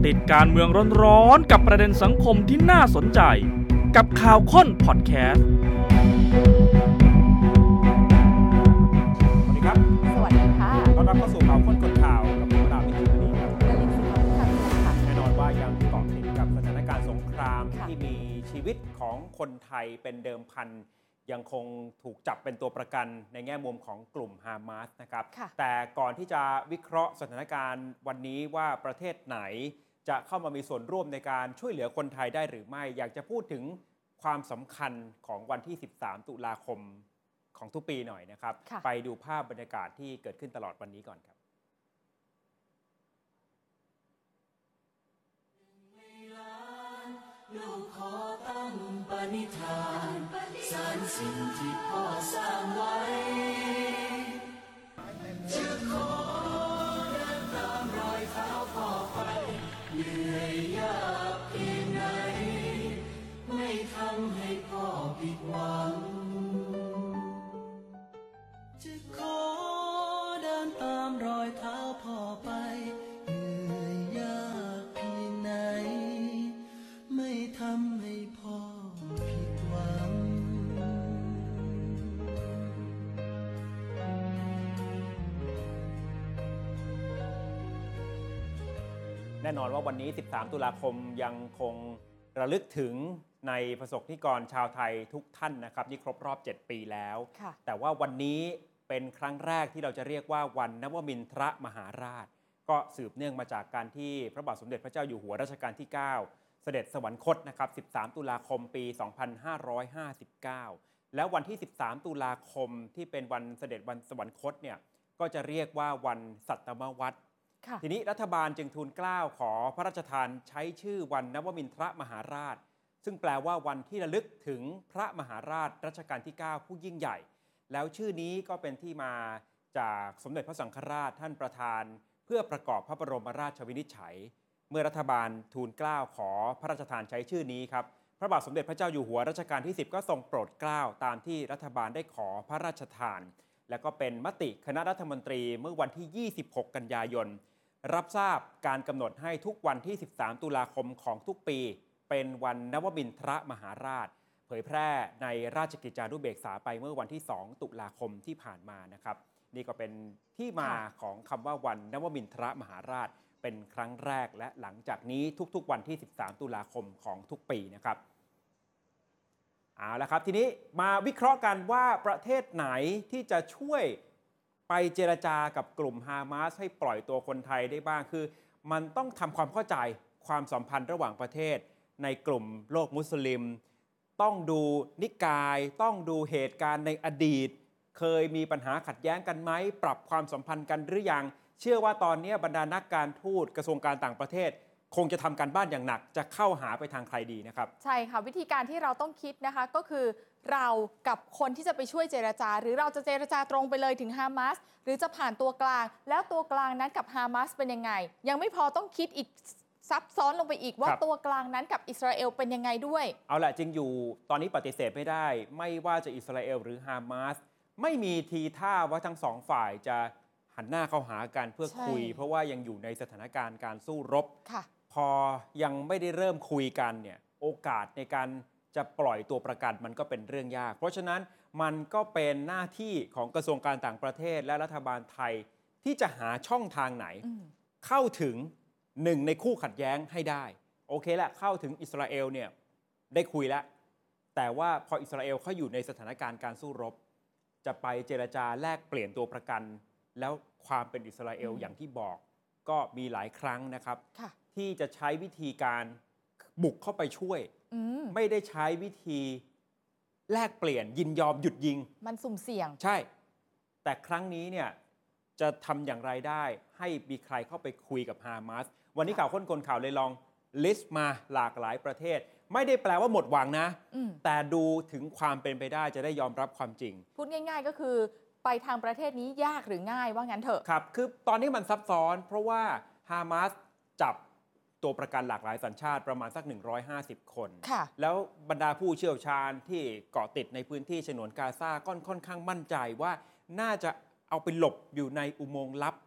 ติดการเมืองร้อนๆกับประเด็นสังคมที่น่าสนใจกับข่าวค้นพอดแคสต์สวัสดีครับสวัสดีค่ะต้อนรับเข้าสู่ข่าวค้นคนข่าวกับผมดาววิจิตรดีครับและลินสิครับค่ะแน่นอนว่ายังเกาะติดกับสถานการณ์สงครามที่มีชีวิตของคนไทยเป็นเดิมพันยังคงถูกจับเป็นตัวประกันในแง่มุมของกลุ่มฮามาสนะครับแต่ก่อนที่จะวิเคราะห์สถานการณ์วันนี้ว่าประเทศไหนจะเข้ามามีส่วนร่วมในการช่วยเหลือคนไทยได้หรือไม่อยากจะพูดถึงความสำคัญของวันที่13ตุลาคมของทุกปีหน่อยนะครับไปดูภาพบรรยากาศที่เกิดขึ้นตลอดวันนี้ก่อนครับลูกขอตั้งปณิธานสานสิ่งที่พ่อสร้างไว้จะขอเดินตามรอยเท้าพ่อไปเหนื่อยยากเพียงไหนไม่ทำให้พ่อผิดหวังจะขอเดินตามรอยเท้าพ่อไปเหนื่อยยากเพียงไหนไม่ทำให้พ่อผิดหวังแน่นอนว่าวันนี้13ตุลาคมยังคงระลึกถึงในประสบนิกรชาวไทยทุกท่านนะครับนี่ครบรอบ7ปีแล้วแต่ว่าวันนี้เป็นครั้งแรกที่เราจะเรียกว่าวันนวมินทรมหาราชก็สืบเนื่องมาจากการที่พระบาทสมเด็จพระเจ้าอยู่หัวรัชกาลที่9เสด็จสวรรคตนะครับ13ตุลาคมปี2559แล้ววันที่13ตุลาคมที่เป็นวันเสด็จวันสวรรคตเนี่ยก็จะเรียกว่าวันสัตมวัฏทีนี้รัฐบาลจึงทูลเกล้าขอพระราชทานใช้ชื่อวันนวมินทรมหาราชซึ่งแปลว่าวันที่ระลึกถึงพระมหาราชรัชกาลที่9ผู้ยิ่งใหญ่แล้วชื่อนี้ก็เป็นที่มาจากสมเด็จพระสังฆราชท่านประธานเพื่อประกอบพระบรมราชวินิจฉัยเมื่อรัฐบาลทูลเกล้าขอพระราชทานใช้ชื่อนี้ครับพระบาทสมเด็จพระเจ้าอยู่หัวรัชกาลที่10ก็ทรงโปรดเกล้าตามที่รัฐบาลได้ขอพระราชทานและก็เป็นมติคณะรัฐมนตรีเมื่อวันที่26กันยายนรับทราบการกำหนดให้ทุกวันที่13ตุลาคมของทุกปีเป็นวันนวมินทรมหาราชเผยแพร่ในราชกิจจานุเบกษาไปเมื่อวันที่2ตุลาคมที่ผ่านมานะครับนี่ก็เป็นที่มาของคำว่าวันนวมินทรมหาราชเป็นครั้งแรกและหลังจากนี้ทุกๆวันที่13ตุลาคมของทุกปีนะครับเอาละครับทีนี้มาวิเคราะห์กันว่าประเทศไหนที่จะช่วยไปเจรจากับกลุ่มฮามาสให้ปล่อยตัวคนไทยได้บ้างคือมันต้องทำความเข้าใจความสัมพันธ์ระหว่างประเทศในกลุ่มโลกมุสลิมต้องดูนิกายต้องดูเหตุการณ์ในอดีตเคยมีปัญหาขัดแย้งกันไหมปรับความสัมพันธ์กันหรือยังเชื่อว่าตอนนี้บรรดานักการทูตกระทรวงการต่างประเทศคงจะทำการบ้านอย่างหนักจะเข้าหาไปทางใครดีนะครับใช่ค่ะวิธีการที่เราต้องคิดนะคะก็คือเรากับคนที่จะไปช่วยเจรจาหรือเราจะเจรจาตรงไปเลยถึงฮามาสหรือจะผ่านตัวกลางแล้วตัวกลางนั้นกับฮามาสเป็นยังไงยังไม่พอต้องคิดอีกซับซ้อนลงไปอีกว่าตัวกลางนั้นกับอิสราเอลเป็นยังไงด้วยเอาละจริงอยู่ตอนนี้ปฏิเสธไม่ได้ไม่ว่าจะอิสราเอลหรือฮามาสไม่มีทีท่าว่าทั้งสองฝ่ายจะหันหน้าเข้าหากันเพื่อคุยเพราะว่ายังอยู่ในสถานการณ์การสู้รบพอยังไม่ได้เริ่มคุยกันเนี่ยโอกาสในการจะปล่อยตัวประกันมันก็เป็นเรื่องยากเพราะฉะนั้นมันก็เป็นหน้าที่ของกระทรวงการต่างประเทศและรัฐบาลไทยที่จะหาช่องทางไหนเข้าถึงหนึ่งในคู่ขัดแย้งให้ได้โอเคแหละเข้าถึงอิสราเอลเนี่ยได้คุยแล้วแต่ว่าพออิสราเอลเขาอยู่ในสถานการณ์การสู้รบจะไปเจรจาแลกเปลี่ยนตัวประกันแล้วความเป็นอิสราเอลอย่างที่บอกก็มีหลายครั้งนะครับที่จะใช้วิธีการบุกเข้าไปช่วยไม่ได้ใช้วิธีแลกเปลี่ยนยินยอมหยุดยิงมันสุ่มเสี่ยงใช่แต่ครั้งนี้เนี่ยจะทำอย่างไรได้ให้มีใครเข้าไปคุยกับฮามาสวันนี้ข่าวค้นคนข่าวเลยลองลิสต์มาหลากหลายประเทศไม่ได้แปลว่าหมดหวังนะแต่ดูถึงความเป็นไปได้จะได้ยอมรับความจริงพูดง่ายๆก็คือไปทางประเทศนี้ยากหรือง่ายว่างั้นเถอะครับคือตอนนี้มันซับซ้อนเพราะว่าฮามาสจับตัวประกันหลากหลายสัญชาติประมาณสัก150คนแล้วบรรดาผู้เชี่ยวชาญที่เกาะติดในพื้นที่ฉนวนกาซาก็ค่อนข้างมั่นใจว่าน่าจะเอาไปหลบอยู่ในอุโมงค์ลับ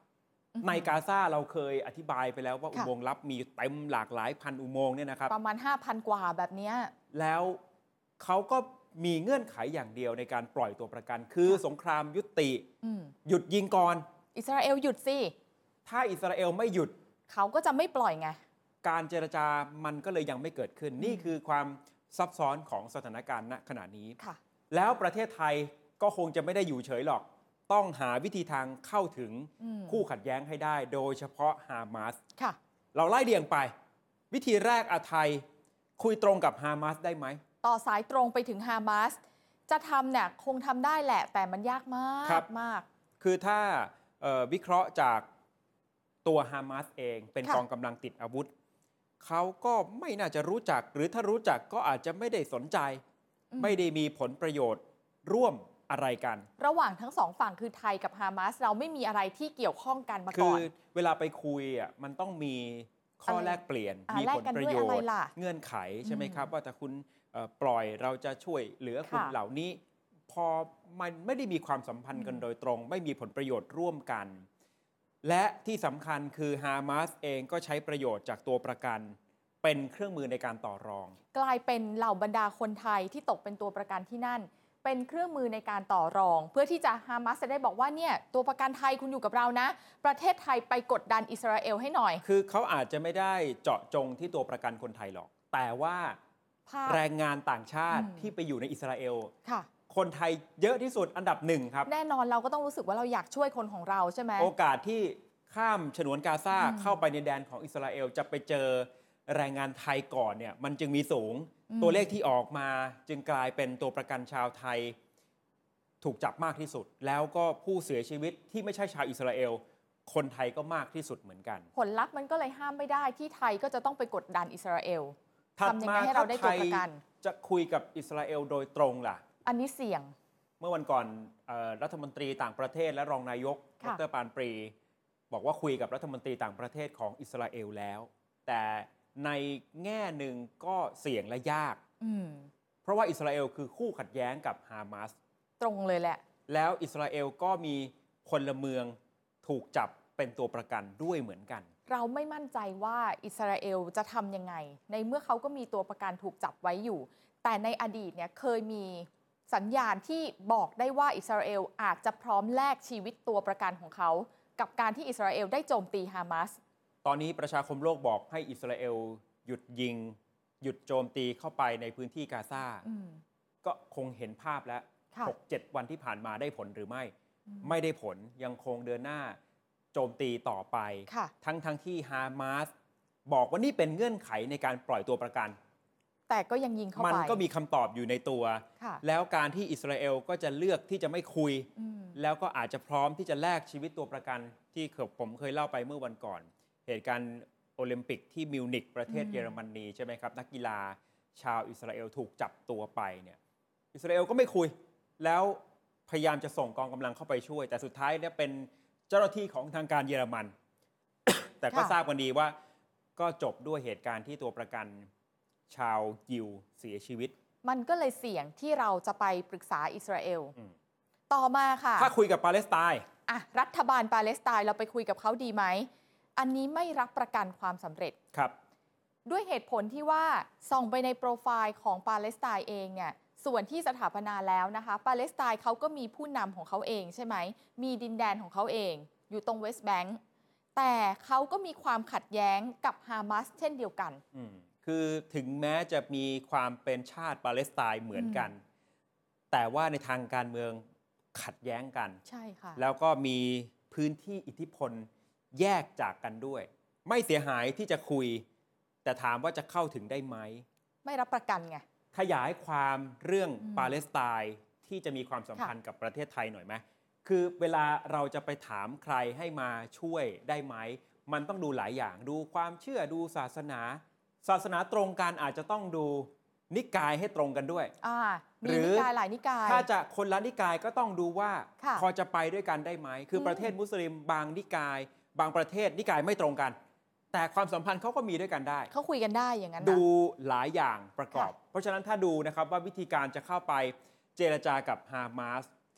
ในกาซาเราเคยอธิบายไปแล้วว่าอุโมงค์ลับมีเต็มหลากหลายพันอุโมงค์เนี่ยนะครับประมาณ 5,000 กว่าแบบเนี้ยแล้วเขาก็มีเงื่อนไขอย่างเดียวในการปล่อยตัวประกันคือสงครามยุติหยุดยิงก่อนอิสราเอลหยุดสิถ้าอิสราเอลไม่หยุดเขาก็จะไม่ปล่อยไงการเจรจามันก็เลยยังไม่เกิดขึ้นนี่คือความซับซ้อนของสถานการณ์ณขณะนี้แล้วประเทศไทยก็คงจะไม่ได้อยู่เฉยหรอกต้องหาวิธีทางเข้าถึงคู่ขัดแย้งให้ได้โดยเฉพาะฮามาสเราไล่เรียงไปวิธีแรกไทยคุยตรงกับฮามาสได้ไหมต่อสายตรงไปถึงฮามาสจะทำเนี่ยคงทำได้แหละแต่มันยากมากมากคือถ้าวิเคราะห์จากตัวฮามาสเองเป็นกองกำลังติดอาวุธเขาก็ไม่น่าจะรู้จักหรือถ้ารู้จักก็อาจจะไม่ได้สนใจไม่ได้มีผลประโยชน์ร่วมอะไรกันระหว่างทั้งสองฝั่งคือไทยกับฮามาสเราไม่มีอะไรที่เกี่ยวข้องกันมาก่อนคือเวลาไปคุยมันต้องมีข้อแลกเปลี่ยนมีผลประโยชน์เงื่อนไขใช่ไหมครับว่าถ้าคุณปล่อยเราจะช่วยเหลือคุณเหล่านี้พอมันไม่ได้มีความสัมพันธ์กันโดยตรงไม่มีผลประโยชน์ร่วมกันและที่สำคัญคือฮามาสเองก็ใช้ประโยชน์จากตัวประกันเป็นเครื่องมือในการต่อรองกลายเป็นเหล่าบรรดาคนไทยที่ตกเป็นตัวประกันที่นั่นเป็นเครื่องมือในการต่อรองเพื่อที่จะฮามาสจะได้บอกว่าเนี่ยตัวประกันไทยคุณอยู่กับเรานะประเทศไทยไปกดดันอิสราเอลให้หน่อยคือเขาอาจจะไม่ได้เจาะจงที่ตัวประกันคนไทยหรอกแต่ว่าแรงงานต่างชาติที่ไปอยู่ในอิสราเอลคนไทยเยอะที่สุดอันดับหนึ่งครับแน่นอนเราก็ต้องรู้สึกว่าเราอยากช่วยคนของเราใช่ไหมโอกาสที่ข้ามฉนวนกาซาเข้าไปในแดนของอิสราเอลจะไปเจอแรงงานไทยก่อนเนี่ยมันจึงมีสูงตัวเลขที่ออกมาจึงกลายเป็นตัวประกันชาวไทยถูกจับมากที่สุดแล้วก็ผู้เสียชีวิตที่ไม่ใช่ชาวอิสราเอลคนไทยก็มากที่สุดเหมือนกันผลลัพธ์มันก็เลยห้ามไม่ได้ที่ไทยก็จะต้องไปกดดันอิสราเอลทำยังไงให้เราได้ตัวประกันจะคุยกับอิสราเอลโดยตรงล่ะอันนี้เสี่ยงเมื่อวันก่อนรัฐมนตรีต่างประเทศและรองนายกดร.ปานปรีบอกว่าคุยกับรัฐมนตรีต่างประเทศของอิสราเอลแล้วแต่ในแง่หนึ่งก็เสี่ยงและยากเพราะว่าอิสราเอลคือคู่ขัดแย้งกับฮามาสตรงเลยแหละแล้วอิสราเอลก็มีพลเมืองถูกจับเป็นตัวประกันด้วยเหมือนกันเราไม่มั่นใจว่าอิสราเอลจะทำยังไงในเมื่อเขาก็มีตัวประกันถูกจับไว้อยู่แต่ในอดีตเนี่ยเคยมีสัญญาณที่บอกได้ว่าอิสราเอลอาจจะพร้อมแลกชีวิตตัวประกันของเขากับการที่อิสราเอลได้โจมตีฮามาสตอนนี้ประชาคมโลกบอกให้อิสราเอลหยุดยิงหยุดโจมตีเข้าไปในพื้นที่กาซาก็คงเห็นภาพแล้ว 6-7 วันที่ผ่านมาได้ผลหรือไม่ได้ผลยังคงเดินหน้าโจมตีต่อไปทั้งที่ฮามาสบอกว่านี่เป็นเงื่อนไขในการปล่อยตัวประกันแต่ก็ยังยิงเข้าไปมันก็มีคำตอบอยู่ในตัวแล้วการที่อิสราเอลก็จะเลือกที่จะไม่คุยแล้วก็อาจจะพร้อมที่จะแลกชีวิตตัวประกันที่ผมเคยเล่าไปเมื่อวันก่อนเหตุการณ์โอลิมปิกที่มิวนิกประเทศเยอรมนีใช่ไหมครับนักกีฬาชาวอิสราเอลถูกจับตัวไปเนี่ยอิสราเอลก็ไม่คุยแล้วพยายามจะส่งกองกำลังเข้าไปช่วยแต่สุดท้ายเนี่ยเป็นเจ้าหน้าที่ของทางการเยอรมัน แต่ก็ทราบกันดีว่าก็จบด้วยเหตุการณ์ที่ตัวประกันชาวยิวเสียชีวิตมันก็เลยเสี่ยงที่เราจะไปปรึกษาอิสราเอลต่อมาค่ะถ้าคุยกับปาเลสไตน์รัฐบาลปาเลสไตน์เราไปคุยกับเขาดีไหมอันนี้ไม่รับประกันความสำเร็จครับด้วยเหตุผลที่ว่าส่องไปในโปรไฟล์ของปาเลสไตน์เองเนี่ยส่วนที่สถาปนาแล้วนะคะปาเลสไตน์เขาก็มีผู้นำของเขาเองใช่ไหมมีดินแดนของเขาเองอยู่ตรงเวสต์แบงก์แต่เขาก็มีความขัดแย้งกับฮามาสเช่นเดียวกันคือถึงแม้จะมีความเป็นชาติปาเลสไตน์เหมือนกันแต่ว่าในทางการเมืองขัดแย้งกันใช่ค่ะแล้วก็มีพื้นที่อิทธิพลแยกจากกันด้วยไม่เสียหายที่จะคุยแต่ถามว่าจะเข้าถึงได้ไหมไม่รับประกันไงขยายความเรื่องปาเลสไตน์ที่จะมีความสัมพันธ์กับประเทศไทยหน่อยไหมคือเวลาเราจะไปถามใครให้มาช่วยได้ไหมมันต้องดูหลายอย่างดูความเชื่อดูศาสนาตรงกันอาจจะต้องดูนิกายให้ตรงกันด้วยมีนิกายหลายนิกายถ้าจะคนละนิกายก็ต้องดูว่าพอจะไปด้วยกันได้ไหมคือประเทศมุสลิมบางนิกายบางประเทศนิกายไม่ตรงกันแต่ความสัมพันธ์เขาก็มีด้วยกันได้เขาคุยกันได้อย่างนั้นดูหลายอย่างประกอบเพราะฉะนั้นถ้าดูนะครับว่าวิธีการจะเข้าไปเจรจากับฮามาส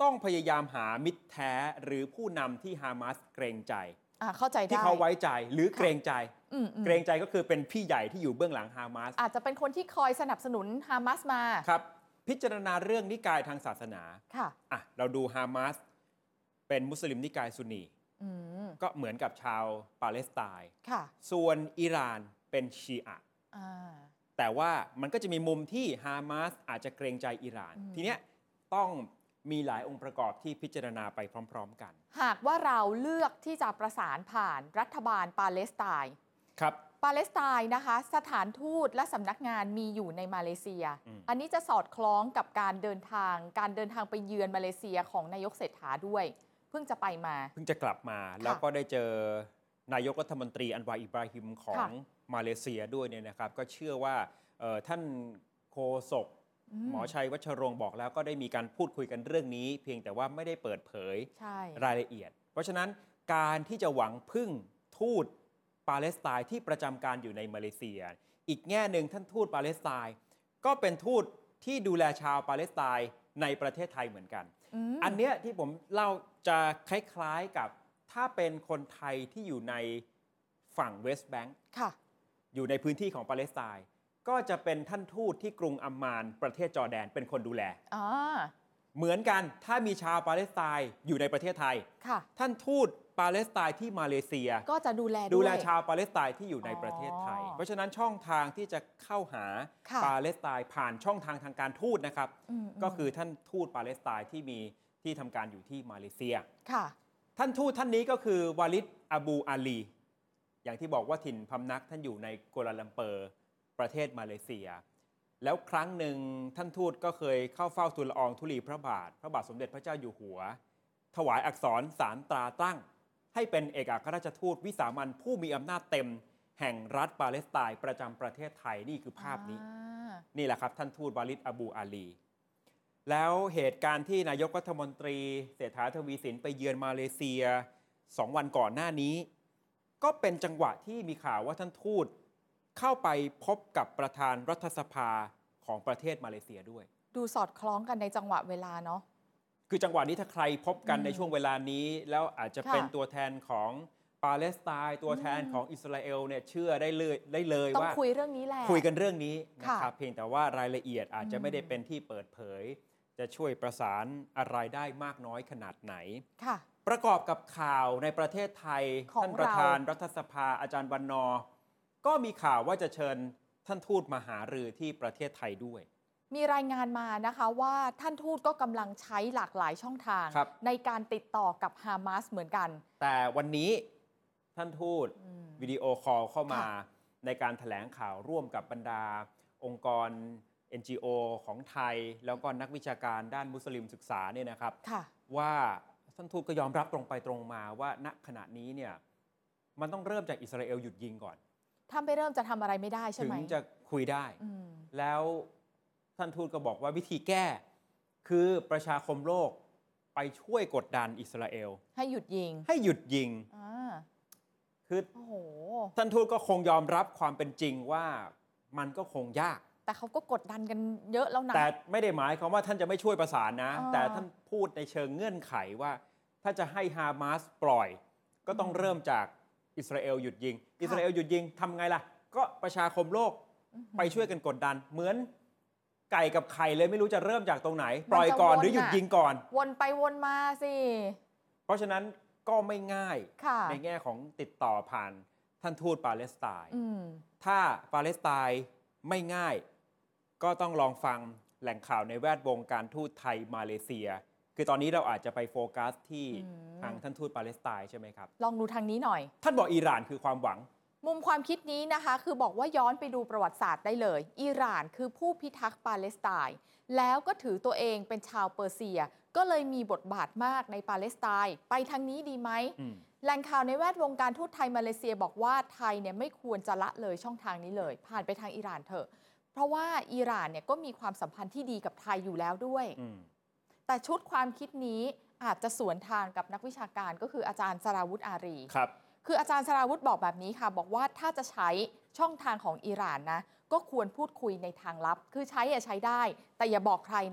ต้องพยายามหามิตรแท้หรือผู้นำที่ฮามาสเกรงใจเข้าใจได้ที่เขาไว้ใจหรือเกรงใจเกรงใจก็คือเป็นพี่ใหญ่ที่อยู่เบื้องหลังฮามาสอาจจะเป็นคนที่คอยสนับสนุนฮามาสมาครับพิจารณาเรื่องนิกายทางศาสนาค่ะเราดูฮามาสเป็นมุสลิมนิกายซุนนีก็เหมือนกับชาวปาเลสไตน์ส่วนอิหร่านเป็นชีอะห์แต่ว่ามันก็จะมีมุมที่ฮามาสอาจจะเกรงใจอิหร่านทีเนี้ยต้องมีหลายองค์ประกอบที่พิจารณาไปพร้อมๆกันหากว่าเราเลือกที่จะประสานผ่านรัฐบาลปาเลสไตน์ครับปาเลสไตน์นะคะสถานทูตและสำนักงานมีอยู่ในมาเลเซียอันนี้จะสอดคล้องกับการเดินทางไปเยือนมาเลเซียของนายกเศรษฐาด้วยเพิ่งจะไปมาเพิ่งจะกลับมาแล้วก็ได้เจอนายกรัฐมนตรีอันวาอิบราฮิมของมาเลเซียด้วยเนี่ยนะครับก็เชื่อว่าท่านโฆษกหมอชัยวัชรงค์บอกแล้วก็ได้มีการพูดคุยกันเรื่องนี้เพียงแต่ว่าไม่ได้เปิดเผยรายละเอียดเพราะฉะนั้นการที่จะหวังพึ่งทูตปาเลสไตน์ที่ประจำการอยู่ในมาเลเซียอีกแง่หนึ่งท่านทูตปาเลสไตน์ก็เป็นทูตที่ดูแลชาวปาเลสไตน์ในประเทศไทยเหมือนกันอันเนี้ยที่ผมเล่าจะคล้ายๆกับถ้าเป็นคนไทยที่อยู่ในฝั่งเวสต์แบงก์อยู่ในพื้นที่ของปาเลสไตน์ก็จะเป็นท่านทูตที่กรุงอัมมานประเทศจอร์แดนเป็นคนดูแลเหมือนกันถ้ามีชาวปาเลสไตน์อยู่ในประเทศไทยท่านทูตปาเลสไตน์ที่มาเลเซียก็จะดูแลชาวปาเลสไตน์ที่อยู่ในประเทศไทยเพราะฉะนั้นช่องทางที่จะเข้าหาปาเลสไตน์ผ่านช่องทางการทูตนะครับก็คือท่านทูตปาเลสไตน์ที่มีที่ทำการอยู่ที่มาเลเซียท่านทูตท่านนี้ก็คือวาลิดอาบูอาลีอย่างที่บอกว่าถิ่นพำนักท่านอยู่ในกัวลาลัมเปอร์ประเทศมาเลเซียแล้วครั้งหนึ่งท่านทูตก็เคยเข้าเฝ้าทูลละอองธุลีพระบาทสมเด็จพระเจ้าอยู่หัวถวายอักษรสารตราตั้งให้เป็นเอกอัครราชทูตวิสามัญผู้มีอำนาจเต็มแห่งรัฐปาเลสไตน์ประจำประเทศไทยนี่คือภาพนี้นี่แหละครับท่านทูตวาลิดอาบูอาลีแล้วเหตุการณ์ที่นายกรัฐมนตรีเศรษฐาทวีสินไปเยือนมาเลเซีย2 วันก่อนหน้านี้ก็เป็นจังหวะที่มีข่าวว่าท่านทูตเข้าไปพบกับประธานรัฐสภาของประเทศมาเลเซียด้วยดูสอดคล้องกันในจังหวะเวลาเนาะคือจังหวะนี้ถ้าใครพบกันในช่วงเวลานี้แล้วอาจจะเป็นตัวแทนของปาเลสไตน์ตัวแทนของอิสราเอลเนี่ยเชื่อได้เลยว่าต้องคุยเรื่องนี้แหละคุยกันเรื่องนี้นะครับเพียงแต่ว่ารายละเอียดอาจจะไม่ได้เป็นที่เปิดเผยจะช่วยประสานอะไรได้มากน้อยขนาดไหนประกอบกับข่าวในประเทศไทยท่านประธานรัฐสภาอาจารย์วันนอร์ก็มีข่าวว่าจะเชิญท่านทูตมาหารือที่ประเทศไทยด้วยมีรายงานมานะคะว่าท่านทูตก็กำลังใช้หลากหลายช่องทางในการติดต่อกับฮามาสเหมือนกันแต่วันนี้ท่านทูตวิดีโอคอลเข้ามาในการแถลงข่าวร่วมกับบรรดาองค์กร NGO ของไทยแล้วก็นักวิชาการด้านมุสลิมศึกษาเนี่ยนะครับว่าท่านทูตก็ยอมรับตรงไปตรงมาว่าณขณะนี้เนี่ยมันต้องเริ่มจากอิสราเอลหยุดยิงก่อนถ้าไม่เริ่มจะทำอะไรไม่ได้ใช่ไหมถึงจะคุยได้แล้วท่านทูตก็บอกว่าวิธีแก้คือประชาคมโลกไปช่วยกดดันอิสราเอลให้หยุดยิงคือท่านทูตก็คงยอมรับความเป็นจริงว่ามันก็คงยากแต่เขาก็กดดันกันเยอะแล้วนะแต่ไม่ได้หมายความว่าท่านจะไม่ช่วยประสานนะแต่ท่านพูดในเชิงเงื่อนไขว่าถ้าจะให้ฮามาสปล่อยก็ต้องเริ่มจากอิสราเอลหยุดยิงอิสราเอลหยุดยิงทำไงล่ะก็ประชาคมโลกไปช่วยกันกดดันเหมือนไก่กับไข่เลยไม่รู้จะเริ่มจากตรงไหนปล่อยก่อนหรือหยุดยิงก่อนวนไปวนมาสิเพราะฉะนั้นก็ไม่ง่ายในแง่ของติดต่อผ่านท่านทูตปาเลสไตน์ถ้าปาเลสไตน์ไม่ง่ายก็ต้องลองฟังแหล่งข่าวในแวดวงการทูตไทยมาเลเซียคือตอนนี้เราอาจจะไปโฟกัสที่ทางท่านทูตปาเลสไตน์ใช่ไหมครับลองดูทางนี้หน่อยท่านบอกอิหร่านคือความหวังมุมความคิดนี้นะคะคือบอกว่าย้อนไปดูประวัติศาสตร์ได้เลยอิหร่านคือผู้พิทักษ์ปาเลสไตน์แล้วก็ถือตัวเองเป็นชาวเปอร์เซียก็เลยมีบทบาทมากในปาเลสไตน์ไปทางนี้ดีไหมแหล่งข่าวในแวดวงการทูตไทยมาเลเซียบอกว่าไทยเนี่ยไม่ควรจะละเลยช่องทางนี้เลยผ่านไปทางอิหร่านเถอะเพราะว่าอิหร่านเนี่ยก็มีความสัมพันธ์ที่ดีกับไทยอยู่แล้วด้วยแต่ชุดความคิดนี้อาจจะสวนทางกับนักวิชาการก็คืออาจารย์สราวุธอารีคืออาจารย์สราวุธบอกแบบนี้ค่ะบอกว่าถ้าจะใช้ช่องทางของอิหร่านนะก็ควรพูดคุยในทางลับคือใช้ได้แต่อย่าบอกใครนะ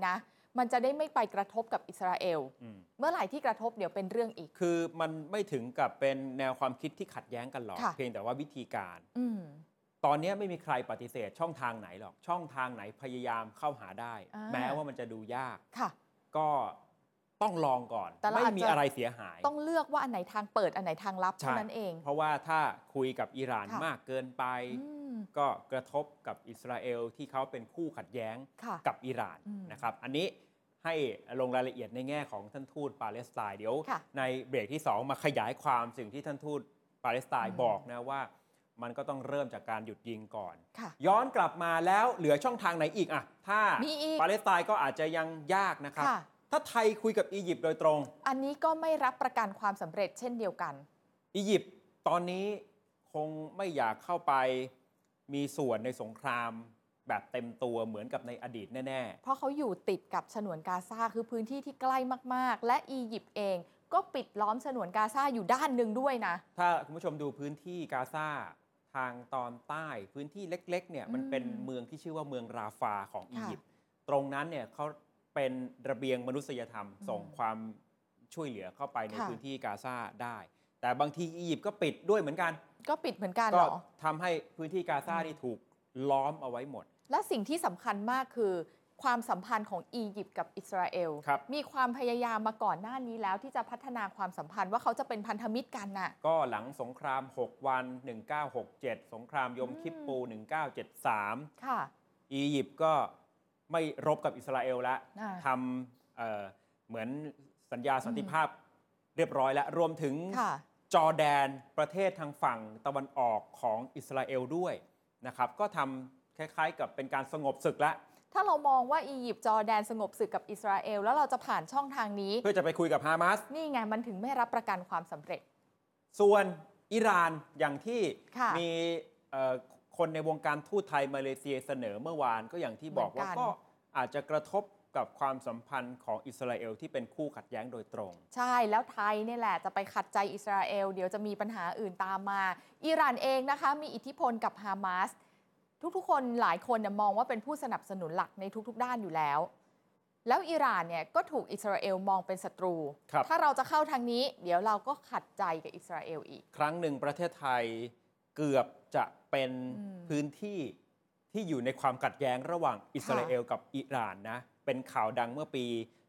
มันจะได้ไม่ไปกระทบกับอิสราเอลอืมเมื่อไหร่ที่กระทบเดี๋ยวเป็นเรื่องอีกคือมันไม่ถึงกับเป็นแนวความคิดที่ขัดแย้งกันหรอกค่ะเพียงแต่ว่าวิธีการอืมตอนนี้ไม่มีใครปฏิเสธช่องทางไหนหรอก ช่องทางไหนพยายามเข้าหาได้อ่าแม้ว่ามันจะดูยากค่ะก็ต้องลองก่อนแต่เราไม่อาจจะมีอะไรเสียหายต้องเลือกว่าอันไหนทางเปิดอันไหนทางลับเท่านั้นเองเพราะว่าถ้าคุยกับอิหร่านค่ะมากเกินไปอืมก็กระทบกับอิสราเอลที่เขาเป็นคู่ขัดแย้งค่ะกับอิหร่านอืมนะครับ อันนี้ให้ลงรายละเอียดในแง่ของท่านทูตปาเลสไตน์เดี๋ยวค่ะในเบรกที่ 2 มาขยายความสิ่งที่ท่านทูตปาเลสไตน์บอกนะว่ามันก็ต้องเริ่มจากการหยุดยิงก่อนค่ะย้อนกลับมาแล้วเหลือช่องทางไหนอีกอะถ้ามีอีกปาเลสไตน์ก็อาจจะยังยากนะครับค่ะถ้าไทยคุยกับอียิปต์โดยตรงอันนี้ก็ไม่รับประกันความสำเร็จเช่นเดียวกันอียิปต์ตอนนี้คงไม่อยากเข้าไปมีส่วนในสงครามแบบเต็มตัวเหมือนกับในอดีตแน่เพราะเขาอยู่ติดกับฉนวนกาซาคือพื้นที่ที่ใกล้มากๆ และอียิปต์เองก็ปิดล้อมฉนวนกาซาอยู่ด้านหนึ่งด้วยนะๆ ถ้าคุณผู้ชมดูพื้นที่กาซาทางตอนใต้พื้นที่เล็กๆเนี่ยมันเป็นเมืองที่ชื่อว่าเมืองราฟาของอียิปต์ตรงนั้นเนี่ยเขาเป็นระเบียงมนุษยธรรม ส่งความช่วยเหลือเข้าไปในค่ะพื้นที่กาซาได้ แต่บางทีอียิปต์ก็ปิดด้วยเหมือนกันก็ปิดเหมือนกันก็เหรอทำให้พื้นที่กาซาที่ถูกล้อมเอาไว้หมดและสิ่งที่สำคัญมากคือความสัมพันธ์ของอียิปต์กับอิสราเอลครับมีความพยายามมาก่อนหน้านี้แล้วที่จะพัฒนาความสัมพันธ์ว่าเขาจะเป็นพันธมิตรกันน่ะก็หลังสงคราม 6 วัน 1967 สงครามยมคิปปู 1973 ค่ะอียิปต์ก็ไม่รบกับอิสราเอลแล้วอ่าทำเหมือนสัญญาสันติภาพเรียบร้อยแล้ว รวมถึงค่ะจอร์แดนประเทศทางฝั่งตะวันออกของอิสราเอลด้วยนะครับ ก็ทำคล้ายๆกับเป็นการสงบศึกแล้วถ้าเรามองว่าอียิปต์จอร์แดนสงบศึกกับอิสราเอลแล้วเราจะผ่านช่องทางนี้เพื่อจะไปคุยกับฮามาสนี่ไงมันถึงไม่รับประกันความสำเร็จส่วนอิหร่านอย่างที่ค่ะมีคนในวงการทูตไทยมาเลเซียเสนอเมื่อวานก็อย่างที่บอกว่าเหมือนกันก็อาจจะกระทบกับความสัมพันธ์ของอิสราเอลที่เป็นคู่ขัดแย้งโดยตรงใช่แล้วไทยเนี่ยแหละจะไปขัดใจอิสราเอลเดี๋ยวจะมีปัญหาอื่นตามมา อิหร่านเองนะคะมีอิทธิพลกับฮามาสทุกๆคนหลายคนเนี่ยมองว่าเป็นผู้สนับสนุนหลักในทุกๆด้านอยู่แล้ว แล้วอิหร่านเนี่ยก็ถูกอิสราเอลมองเป็นศัตรูครับถ้าเราจะเข้าทางนี้ เดี๋ยวเราก็ขัดใจกับอิสราเอลอีกครั้งหนึ่งประเทศไทยเกือบจะเป็นอืมพื้นที่ที่อยู่ในความขัดแย้งระหว่างอิสราเอลกับอิหร่านนะเป็นข่าวดังเมื่อปี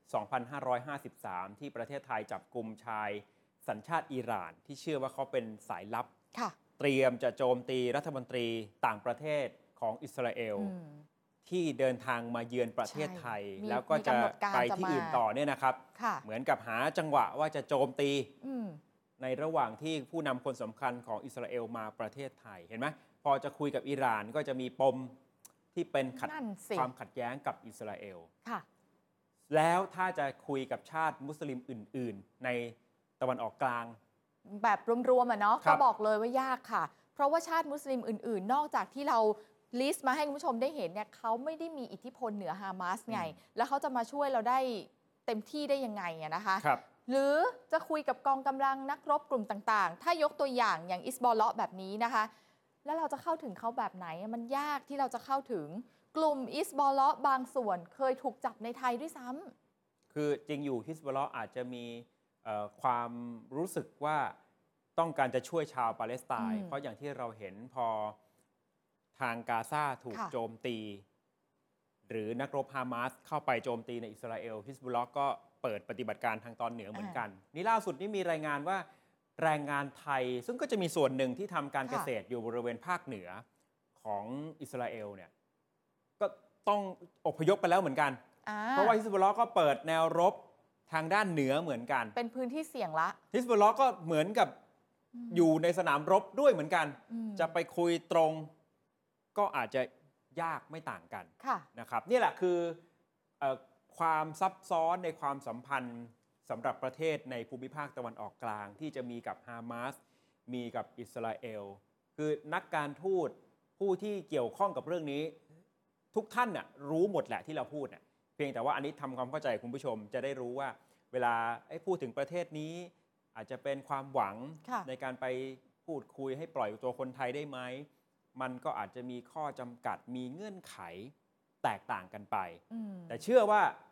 2553 ที่ประเทศไทยจับกลุ่มชายสัญชาติอิหร่าน ที่เชื่อว่าเขาเป็นสายลับค่ะเตรียมจะโจมตีรัฐมนตรีต่างประเทศของอิสราเอลอืมที่เดินทางมาเยือนประเทศไทยใช่แล้วก็จะมีกำหนดการไปจะที่มาอื่นต่อเนี่ยนะครับค่ะเหมือนกับหาจังหวะว่าจะโจมตีอืมในระหว่างที่ผู้นำคนสำคัญของอิสราเอลมาประเทศไทยเห็นไหมพอจะคุยกับอิหร่านก็จะมีปมที่เป็นนั่นสิความขัดแย้งกับอิสราเอลค่ะแล้วถ้าจะคุยกับชาติมุสลิมอื่น ๆ ในตะวันออกกลางแบบรวมๆอะเนาะครัก็บบอกเลยว่ายากค่ะ เพราะว่าชาติมุสลิมอื่นๆ นอกจากที่เราลิสต์มาให้คุณผู้ชมได้เห็นเนี่ยเขาไม่ได้มีอิทธิพลเหนือฮามาสไง แล้วเขาจะมาช่วยเราได้เต็มที่ได้ยังไงอะนะคะครับหรือจะคุยกับกองกำลังนักรบกลุ่มต่างๆ ถ้ายกตัวอย่างอย่างอิสบอลเลาะแบบนี้นะคะ แล้วเราจะเข้าถึงเขาแบบไหนมันยากที่เราจะเข้าถึงกลุ่มอิสบอลเลาะบางส่วนเคยถูกจับในไทยด้วยซ้ำคือจริงอยู่ฮิสบุลลอฮ์อาจจะมีความรู้สึกว่าต้องการจะช่วยชาวปาเลสไตน์อืมเพราะอย่างที่เราเห็นพอทางกาซาถูกค่ะโจมตี หรือนักรบฮามาสเข้าไปโจมตีในอิสราเอลฮิสบุลลอฮ์ก็เปิดปฏิบัติการทางตอนเหนือเหมือนกัน นี่ล่าสุดนี่มีรายงานว่าแรงงานไทย ซึ่งก็จะมีส่วนหนึ่งที่ทำการเกษตรอยู่บริเวณภาคเหนือของอิสราเอลเนี่ยก็ต้องอพยพไปแล้วเหมือนกัน เพราะว่าฮิสบุลลอฮ์ก็เปิดแนวรบทางด้านเหนือเหมือนกันเป็นพื้นที่เสี่ยงละฮิสบุลลอฮ์ก็เหมือนกับอยู่ในสนามรบด้วยเหมือนกันอืมจะไปคุยตรงก็อาจจะยากไม่ต่างกันค่ะนะครับนี่แหละคือความซับซ้อนในความสัมพันธ์สำหรับประเทศในภูมิภาคตะวันออกกลางที่จะมีกับฮามาสมีกับอิสราเอลคือนักการทูตผู้ที่เกี่ยวข้องกับเรื่องนี้ทุกท่านน่ะรู้หมดแหละที่เราพูดน่ะเพียงแต่ว่าอันนี้ทำความเข้าใจคุณผู้ชมจะได้รู้ว่าเวลาพูดถึงประเทศนี้อาจจะเป็นความหวังค่ะในการไปพูดคุยให้ปล่อยตัวคนไทยได้ไหมมันก็อาจจะมีข้อจำกัดมีเงื่อนไขแตกต่างกันไปอืมแต่เชื่อว่า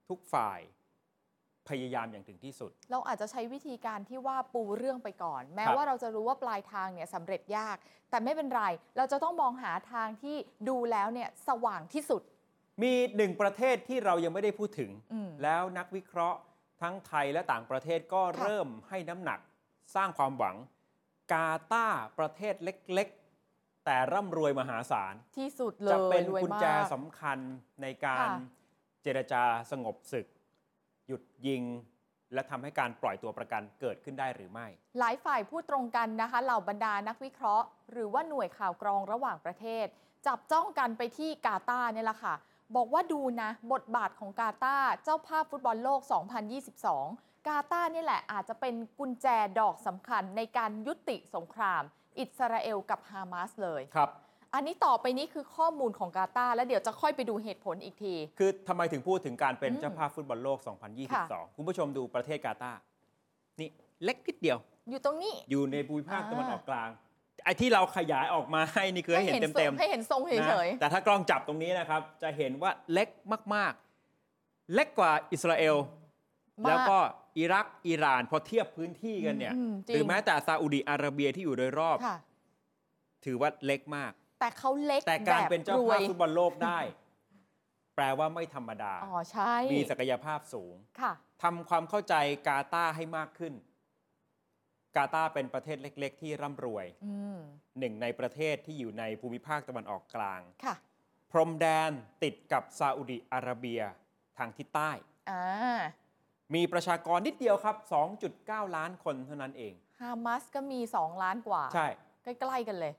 ทุกฝ่ายพยายามอย่างถึงที่สุดเราอาจจะใช้วิธีการที่ว่าปูเรื่องไปก่อน แม้ครับว่าเราจะรู้ว่าปลายทางเนี่ยสำเร็จยาก แต่ไม่เป็นไร เราจะต้องมองหาทางที่ดูแล้วเนี่ยสว่างที่สุดมีหนึ่งประเทศที่เรายังไม่ได้พูดถึงอืมแล้วนักวิเคราะห์ทั้งไทยและต่างประเทศก็ค่ะเริ่มให้น้ำหนักสร้างความหวัง กาตาร์ประเทศเล็กๆ แต่ร่ำรวยมหาศาลที่สุดเลยจะเป็นรวยกุญมาแจกสำคัญในการค่ะเจรจาสงบศึก หยุดยิง และทำให้การปล่อยตัวประกันเกิดขึ้นได้หรือไม่หลายฝ่ายพูดตรงกันนะคะเหล่าบรรดานักวิเคราะห์ หรือว่าหน่วยข่าวกรองระหว่างประเทศ จับจ้องกันไปที่กาตาร์เนี่ยแหละค่ะ บอกว่าดูนะบทบาทของกาตาร์เจ้าภาพฟุตบอลโลก 2022 กาตาร์นี่แหละอาจจะเป็นกุญแจดอกสำคัญในการยุติสงคราม อิสราเอลกับฮามาสเลยครับอันนี้ต่อไปนี้คือข้อมูลของกาตาร์แล้วเดี๋ยวจะค่อยไปดูเหตุผลอีกทีคือทำไมถึงพูดถึงการเป็นอืมเจ้าภาพฟุตบอลโลกค่ะ 2022 คุณผู้ชมดูประเทศกาตาร์นี่เล็กนิดเดียวอยู่ตรงนี้อยู่ในภูมิภาคอ่าตะวันออกกลาง ไอ้ที่เราขยายออกมาให้นี่คือให้เห็นเต็มให้เห็นทรงๆเฉนะยแต่ถ้ากล้องจับตรงนี้นะครับ จะเห็นว่าเล็กมากๆ เล็กกว่าอิสราเอลๆแล้วมากก็อิรัก อิหร่าน พอเทียบพื้นที่กันเนี่ยจริหรือง แม้แต่ซาอุดิอาระเบียที่อยู่โดยรอบค่ะถือว่าเล็กมากแต่เขาเล็กแต่การแบบเป็นเจ้ารวภาพยฟุตบอลโลกได้ แปลว่าไม่ธรรมดาอ๋อใช่มีศักยภาพสูงค่ะทำความเข้าใจกาตาร์ให้มากขึ้น กาตาร์เป็นประเทศเล็ก ๆ ที่ร่ำรวยอืมหนึ่งในประเทศที่อยู่ในภูมิภาคตะวันออกกลางค่ะพรมแดนติดกับซาอุดิอาระเบียทางทิศใต้อ่ามีประชากรนิดเดียวครับ 2.9 ล้านคนเท่านั้นเองฮามาสก็มี 2 ล้านกว่าใช่ใกล้ๆกันเลย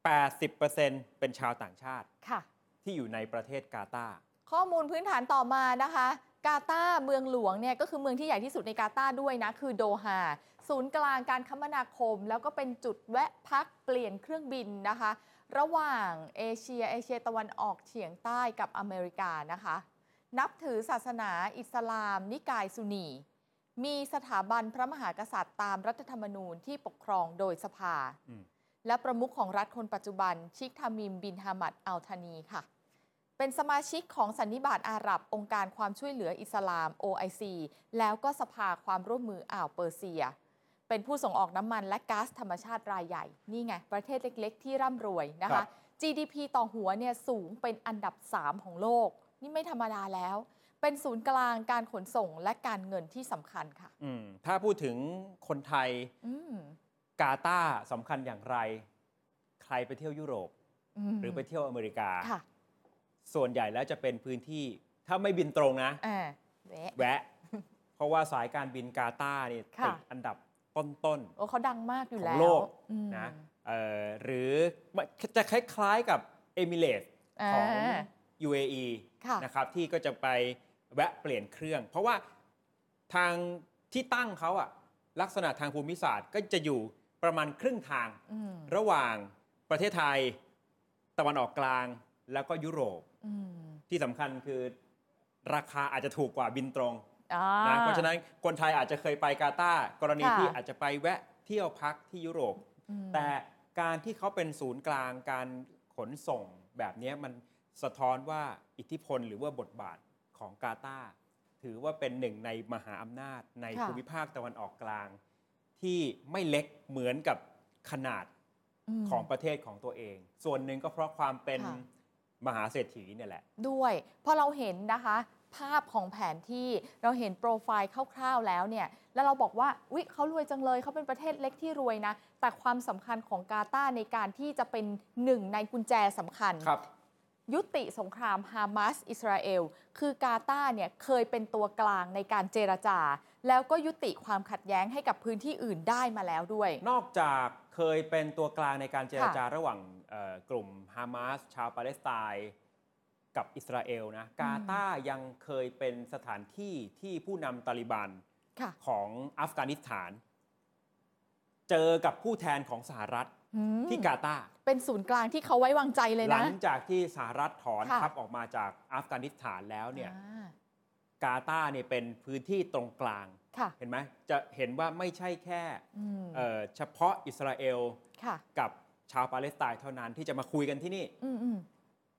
80% เป็นชาวต่างชาติค่ะที่อยู่ในประเทศกาตาร์ข้อมูลพื้นฐานต่อมานะคะ กาตาร์เมืองหลวงเนี่ยก็คือเมืองที่ใหญ่ที่สุดในกาตาร์ด้วยนะ คือโดฮา ศูนย์กลางการคมนาคม แล้วก็เป็นจุดแวะพักเปลี่ยนเครื่องบินนะคะ ระหว่างเอเชียตะวันออกเฉียงใต้กับอเมริกานะคะ นับถือศาสนาอิสลาม นิกายซุนี มีสถาบันพระมหากษัตริย์ตามรัฐธรรมนูญที่ปกครองโดยสภาอืมและประมุขของรัฐคนปัจจุบันชิคทามิมบินฮามัดอัลธานีค่ะ เป็นสมาชิกของสันนิบาตอาหรับองค์การความช่วยเหลืออิสลาม OIC แล้วก็สภาความร่วมมืออ่าวเปอร์เซีย เป็นผู้ส่งออกน้ำมันและก๊าซธรรมชาติรายใหญ่ นี่ไง ประเทศเล็ก ๆ ที่ร่ำรวยนะครัคะบ GDP ต่อหัวเนี่ยสูงเป็นอันดับ 3 ของโลก นี่ไม่ธรรมดาแล้ว เป็นศูนย์กลางการขนส่งและการเงินที่สำคัญค่ะถ้าพูดถึงคนไทยอืมกาตาร์สำคัญอย่างไร ใครไปเที่ยวยุโรปมหรือไปเที่ยวอเมริกาค่ะส่วนใหญ่แล้วจะเป็นพื้นที่ ถ้าไม่บินตรงนะอ่าแวะแวะ เพราะว่าสายการบินกาตาร์นี่ค่ะติดอันดับต้นโอ้เขาดังมากอยู่ขอแล้งวโลกอืมนะหรือจะคล้ายๆกับเอมิเรตส์ของอ่า UAE ค่ะนะครับที่ก็จะไปแวะเปลี่ยนเครื่อง เพราะว่าทางที่ตั้งเขาอะลักษณะทางภูมิศาสตร์ก็จะอยู่ประมาณครึ่งทางอืมระหว่างประเทศไทย ตะวันออกกลางแล้วก็ยุโรปอืมที่สำคัญคือราคาอาจจะถูกกว่าบินตรงอ่านะเพราะฉะนั้นคนไทยอาจจะเคยไปกาตาร์กรณีค่ะที่อาจจะไปแวะเที่ยวพักที่ยุโรปอืมแต่การที่เขาเป็นศูนย์กลางการขนส่งแบบนี้มันสะท้อนว่าอิทธิพลหรือว่าบทบาทของกาตาร์ถือว่าเป็นหนึ่งในมหาอำนาจในค่ะภูมิภาคตะวันออกกลาง ที่ไม่เล็กเหมือนกับขนาดมของประเทศของตัวเอง ส่วนหนึ่งก็เพราะความเป็นค่ะมหาเศรษฐีเนี่ยแหละด้วยเพราะเราเห็นนะคะ ภาพของแผนที่เราเห็นโปรไฟล์คร่าวๆแล้วเนี่ยแล้วเราบอกว่าอุ๊ยเขารวยจังเลยเขาเป็นประเทศเล็กที่รวยนะ แต่ความสำคัญของกาตาร์ในการที่จะเป็นหนึ่งในกุญแจสำคัญครับยุติสงครามฮามาสอิสราเอลคือกาตาร์เนี่ยเคยเป็นตัวกลางในการเจรจา แล้วก็ยุติความขัดแย้งให้กับพื้นที่อื่นได้มาแล้วด้วยนอกจากเคยเป็นตัวกลางในการเจรจาค่ะระหว่างกลุ่มฮามาสชาวปาเลสไตน์กับอิสราเอลนะกาตาร์ยังเคยเป็นสถานที่ที่ผู้นำตาลิบันค่ะของอัฟกานิสถาน เจอกับผู้แทนของสหรัฐอืมที่กาตาร์เป็นศูนย์กลางที่เขาไว้วางใจเลยหลันะงจากที่สหรัฐถอนค่ะทัพออกมาจากอัฟกานิสถานแล้วเนี่ยอ่ากาตาร์เนี่ยเป็นพื้นที่ตรงกลางค่ะเห็นไหมจะเห็นว่าไม่ใช่แค่อืมเฉพาะอิสราเอลค่ะกับชาวปาเลสไตน์เท่านั้นที่จะมาคุยกันที่นี่อืม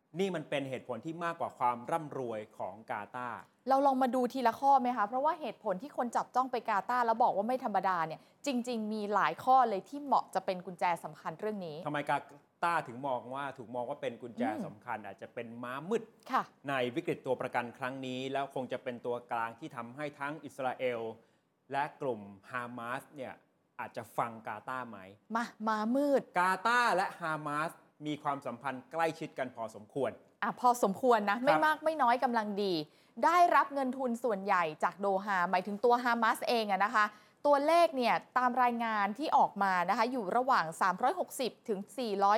นี่มันเป็นเหตุผลที่มากกว่าความร่ำรวยของกาตาร์เราลองมาดูทีละข้อไหมคะเพราะว่าเหตุผลที่คนจับจ้องไปกาตาร์แล้วบอกว่าไม่ธรรมดาเนี่ยจริง ๆ มีหลายข้อเลยที่เหมาะจะเป็นกุญแจสำคัญเรื่องนี้ทำไมกาตาร์ถูกมองว่าเป็นกุญแจสำคัญอาจจะเป็นม้ามืดในวิกฤตตัวประกันครั้งนี้แล้วคงจะเป็นตัวกลางที่ทำให้ทั้งอิสราเอลและกลุ่มฮามาสเนี่ยอาจจะฟังกาตาร์ไหมม้ามืดกาตาร์และฮามาสมีความสัมพันธ์ใกล้ชิดกันพอสมควรพอสมควรนะไม่มากไม่น้อยกำลังดี ได้รับเงินทุนส่วนใหญ่จากโดฮาหมายถึงตัวฮามาสเองนะคะตัวเลขเนี่ยตามรายงานที่ออกมานะคะอยู่ระหว่าง360ถึง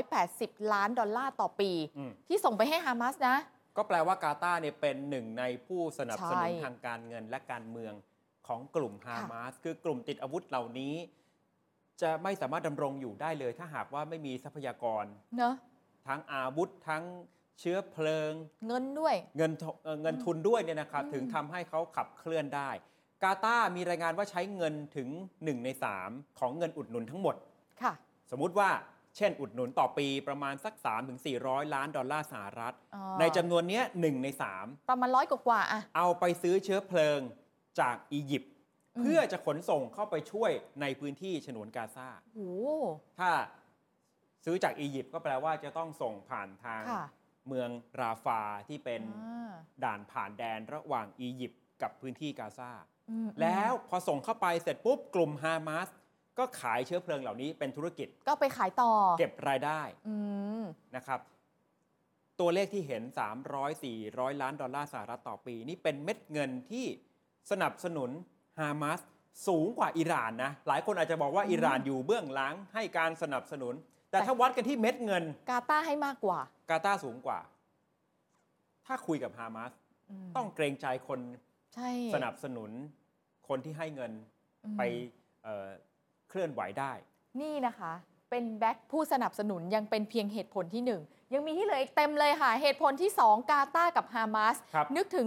480ล้านดอลลาร์ต่อปีที่ส่งไปให้ฮามาสนะก็แปลว่ากาตาร์เนี่ยเป็นหนึ่งในผู้สนับสนุนทางการเงินและการเมืองของกลุ่มฮามาสคือกลุ่มติดอาวุธเหล่านี้จะไม่สามารถดำรงอยู่ได้เลยถ้าหากว่าไม่มีทรัพยากรเนอะทั้งอาวุธทั้งเชื้อเพลิงเงินด้วยเงินทุนด้วยเนี่ยนะครับถึงทำให้เขาขับเคลื่อนได้กาตาร์มีรายงานว่าใช้เงินถึง1 ใน 3ของเงินอุดหนุนทั้งหมดค่ะสมมุติว่าเช่นอุดหนุนต่อปีประมาณสัก300-400 ล้านดอลลาร์สหรัฐในจำนวนนี้1 ใน 3 ประมาณ100 กว่าอะเอาไปซื้อเชื้อเพลิงจากอียิปต์เพื่อจะขนส่งเข้าไปช่วยในพื้นที่ฉนวนกาซาถ้าซื้อจากอียิปต์ก็แปลว่าจะต้องส่งผ่านทางเมืองราฟาที่เป็นด่านผ่านแดนระหว่างอียิปต์กับพื้นที่กาซาแล้วพอส่งเข้าไปเสร็จปุ๊บกลุ่มฮามาสก็ขายเชื้อเพลิงเหล่านี้เป็นธุรกิจก็ไปขายต่อเก็บรายได้นะครับตัวเลขที่เห็น300-400 ล้านดอลลาร์สหรัฐต่อปีนี่เป็นเม็ดเงินที่สนับสนุนฮามาสสูงกว่าอิหร่านนะหลายคนอาจจะบอกว่าอิหร่านอยู่เบื้องหลังให้การสนับสนุนแต่ถ้าวัดกันที่เม็ดเงินกาตาร์ให้มากกว่ากาตาร์สูงกว่าถ้าคุยกับฮามาสต้องเกรงใจคนสนับสนุนคนที่ให้เงินไปเคลื่อนไหวได้นี่นะคะเป็นแบ็คผู้สนับสนุนยังเป็นเพียงเหตุผลที่1ยังมีที่เหลืออีกเต็มเลยค่ะเหตุผลที่2กาตาร์กับฮามาสนึกถึง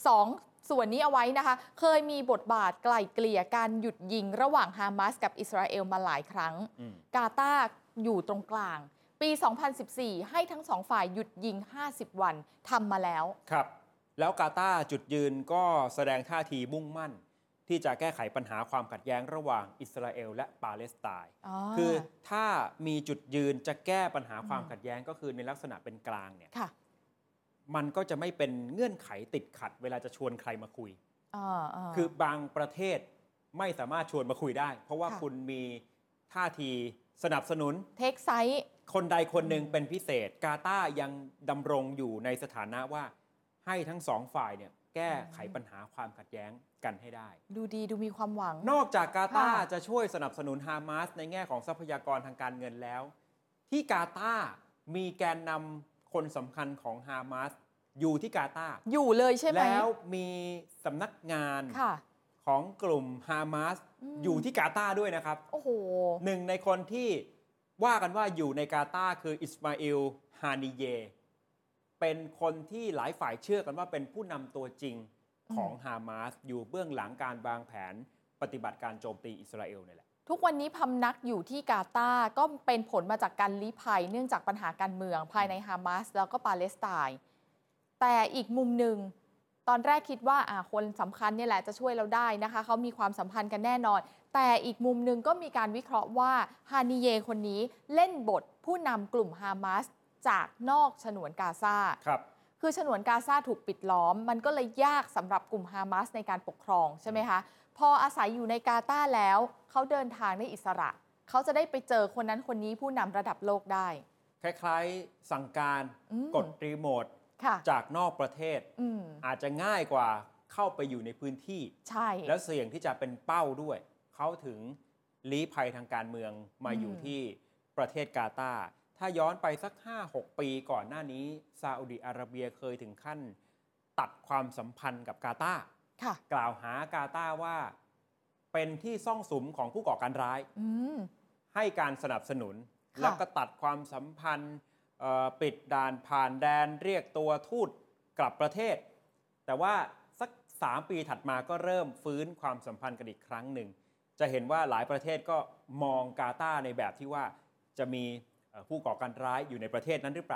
2ส่วนนี้เอาไว้นะคะเคยมีบทบาทไกล่เกลี่ยการหยุดยิงระหว่างฮามาสกับอิสราเอลมาหลายครั้งกาตาร์อยู่ตรงกลางปี 2014 ให้ทั้ง2ฝ่ายหยุดยิง50 วันทำมาแล้วครับแล้วกาตาร์จุดยืนก็แสดงท่าทีมุ่งมั่นที่จะแก้ไขปัญหาความขัดแย้งระหว่างอิสราเอลและปาเลสไตน์คือถ้ามีจุดยืนจะแก้ปัญหาความขัดแย้งก็คือในลักษณะเป็นกลางเนี่ยมันก็จะไม่เป็นเงื่อนไขติดขัดเวลาจะชวนใครมาคุยคือบางประเทศไม่สามารถชวนมาคุยได้เพราะว่าคุณมีท่าทีสนับสนุนเทคไซส์คนใดคนหนึ่งเป็นพิเศษกาตาร์ยังดำรงอยู่ในสถานะว่าให้ทั้งสองฝ่ายเนี่ยแก้ไขปัญหาความขัดแย้งกันให้ได้ดูดีดูมีความหวังนอกจากกาตาร์จะช่วยสนับสนุนฮามาสในแง่ของทรัพยากรทางการเงินแล้วที่กาตาร์มีแกนนำคนสำคัญของฮามาสอยู่ที่กาตาร์อยู่เลยใช่ไหมแล้วมีสำนักงานของกลุ่มฮามาสอยู่ที่กาตาร์ด้วยนะครับโอ้โหหนึ่งในคนที่ว่ากันว่าอยู่ในกาตาร์คืออิสมาอิล ฮานิเยเป็นคนที่หลายฝ่ายเชื่อกันว่าเป็นผู้นำตัวจริงของฮามาสอยู่เบื้องหลังการวางแผนปฏิบัติการโจมตีอิสราเอลนี่แหละทุกวันนี้พำนักอยู่ที่กาตาร์ก็เป็นผลมาจากการลี้ภัยเนื่องจากปัญหาการเมืองภายในฮามาสแล้วก็ปาเลสไตน์แต่อีกมุมหนึ่งตอนแรกคิดว่าคนสำคัญนี่แหละจะช่วยเราได้นะคะเขามีความสัมพันธ์กันแน่นอนแต่อีกมุมหนึ่งก็มีการวิเคราะห์ว่าฮานิเยคนนี้เล่นบทผู้นำกลุ่มฮามาสจากนอกฉนวนกาซาคือฉนวนกาซาถูกปิดล้อมมันก็เลยยากสำหรับกลุ่มฮามาสในการปกครองใช่ไหมคะพออาศัยอยู่ในกาตาร์แล้วเขาเดินทางได้อิสระเขาจะได้ไปเจอคนนั้นคนนี้ผู้นำระดับโลกได้คล้ายๆสั่งการกดรีโมทจากนอกประเทศอาจจะง่ายกว่าเข้าไปอยู่ในพื้นที่ใช่แล้วเสี่ยงที่จะเป็นเป้าด้วยเขาถึงลี้ภัยทางการเมืองมาอยู่ที่ประเทศกาตาร์ถ้าย้อนไปสัก 5-6 ปีก่อนหน้านี้ซาอุดิอาระเบียเคยถึงขั้นตัดความสัมพันธ์กับกาตาร์กล่าวหากาตาร์ว่าเป็นที่ซ่องสุมของผู้ก่อการร้ายให้การสนับสนุนแล้วก็ตัดความสัมพันธ์ปิดด่านผ่านแดนเรียกตัวทูตกลับประเทศแต่ว่าสัก3 ปีถัดมาก็เริ่มฟื้นความสัมพันธ์กันอีกครั้งหนึ่งจะเห็นว่าหลายประเทศก็มองกาตาร์ในแบบที่ว่าจะมีผู้ก่อการร้ายอยู่ในประเทศนั้นหรือเปล่าแต่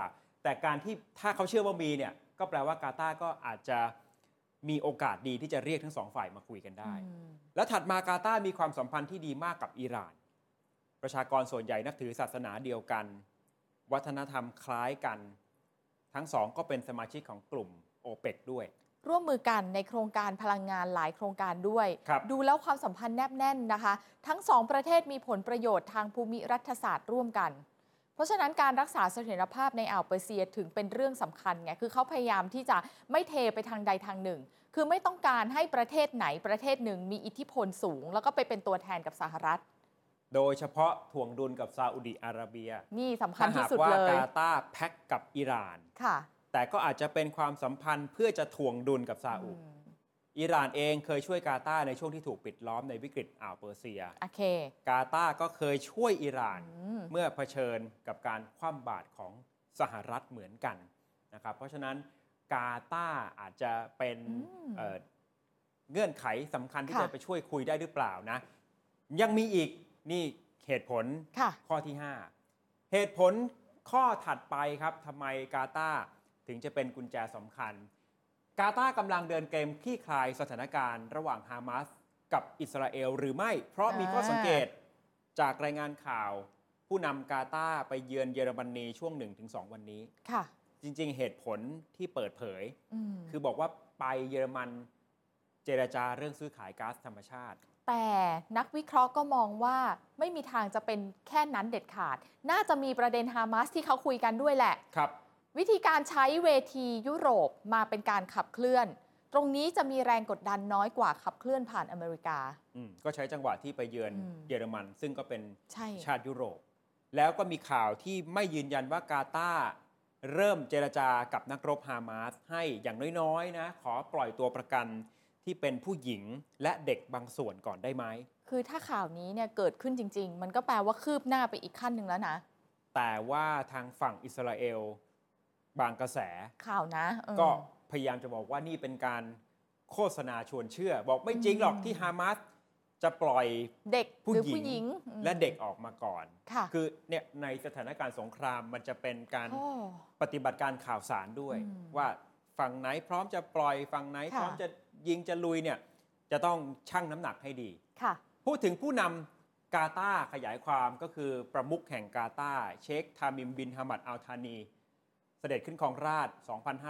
แต่การที่ถ้าเขาเชื่อว่ามีเนี่ยก็แปลว่ากาตาร์ก็อาจจะมีโอกาสดีที่จะเรียกทั้งสองฝ่ายมาคุยกันได้ แล้วถัดมากาตาร์มีความสัมพันธ์ที่ดีมากกับอิหร่านประชากรส่วนใหญ่นับถือศาสนาเดียวกันวัฒนธรรมคล้ายกันทั้งสองก็เป็นสมาชิกของกลุ่มโอเปกด้วยร่วมมือกันในโครงการพลังงานหลายโครงการด้วยครับดูแล้วความสัมพันธ์แนบแน่นนะคะ ทั้งสองประเทศมีผลประโยชน์ทางภูมิรัฐศาสตร์ร่วมกัน เพราะฉะนั้นการรักษาเสถียรภาพในอ่าวเปอร์เซียถึงเป็นเรื่องสำคัญไง คือเขาพยายามที่จะไม่เทไปทางใดทางหนึ่ง คือไม่ต้องการให้ประเทศไหนประเทศหนึ่งมีอิทธิพลสูง แล้วก็ไปเป็นตัวแทนกับสหรัฐโดยเฉพาะถ่วงดุลกับซาอุดิอาระเบียนี่สำคัญที่สุดถ้าหากเลว่าย กาตาร์แพ็กกับอิหร่านค่ะแต่ก็อาจจะเป็นความสัมพันธ์เพื่อจะถ่วงดุลกับซาอุอิหร่านเองเคยช่วยกาตาร์ในช่วงที่ถูกปิดล้อมในวิกฤตอ่าวเปอร์เซียโอเคกาตาร์ก็เคยช่วยอิหร่านเมื่อเผชิญกับการคว่ำบาตรของสหรัฐเหมือนกันนะครับเพราะฉะนั้นกาตาร์อาจจะเป็นเงื่อนไขสำคัญที่จะไปช่วยคุยได้หรือเปล่านะยังมีอีกนี่เหตุผลข้อที่ 5 เหตุผลข้อถัดไปครับทำไมกาตาร์ถึงจะเป็นกุญแจสำคัญกาตาร์กำลังเดินเกมคลี่คลายสถานการณ์ระหว่างฮามาสกับอิสราเอลหรือไม่เพราะมีข้อสังเกตจากรายงานข่าวผู้นำกาตาร์ไปเยือนเยอรมนีช่วง 1-2 วันนี้จริงๆเหตุผลที่เปิดเผยคือบอกว่าไปเยอรมันเจรจาเรื่องซื้อขายก๊าซธรรมชาติแต่นักวิเคราะห์ก็มองว่าไม่มีทางจะเป็นแค่นั้นเด็ดขาดน่าจะมีประเด็นฮามาสที่เขาคุยกันด้วยแหละครับวิธีการใช้เวทียุโรปมาเป็นการขับเคลื่อนตรงนี้จะมีแรงกดดันน้อยกว่าขับเคลื่อนผ่านอเมริกาก็ใช้จังหวะที่ไปเยือนเยอรมันซึ่งก็เป็นชาติยุโรปแล้วก็มีข่าวที่ไม่ยืนยันว่ากาตาร์เริ่มเจรจากับนักรบฮามาสให้อย่างน้อยๆนะขอปล่อยตัวประกันที่เป็นผู้หญิงและเด็กบางส่วนก่อนได้ไหมคือถ้าข่าวนี้เนี่ยเกิดขึ้นจริงๆมันก็แปลว่าคืบหน้าไปอีกขั้นหนึ่งแล้วนะแต่ว่าทางฝั่งอิสราเอลบางกระแสข่าวนะก็พยายามจะบอกว่านี่เป็นการโฆษณาชวนเชื่อบอกไม่จริงหรอกที่ฮามาสจะปล่อยเด็กผู้หญิงและเด็กออกมาก่อนคือเนี่ยในสถานการณ์สงครามมันจะเป็นการปฏิบัติการข่าวสารด้วยว่าฝั่งไหนพร้อมจะปล่อยฝั่งไหนพร้อมจะยิงจะลุยเนี่ยจะต้องชั่งน้ำหนักให้ดีพูดถึงผู้นำกาตาร์ขยายความก็คือประมุขแห่งกาตาร์เชคทามิมบินฮามัดอัลธานีเสด็จขึ้นครองราชย์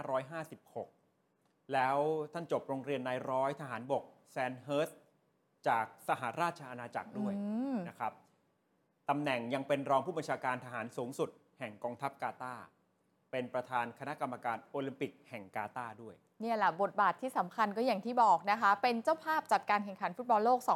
2556 แล้วท่านจบโรงเรียนนายร้อยทหารบกแซนเฮิร์สจากสหราชอาณาจักรด้วยนะครับตำแหน่งยังเป็นรองผู้บัญชาการทหารสูงสุดแห่งกองทัพกาตาร์เป็นประธานคณะกรรมการโอลิมปิกแห่งกาตาร์ด้วยเนี่ยแหละบทบาทที่สำคัญก็อย่างที่บอกนะคะเป็นเจ้าภาพจัดการแข่งขันฟุตบอลโลก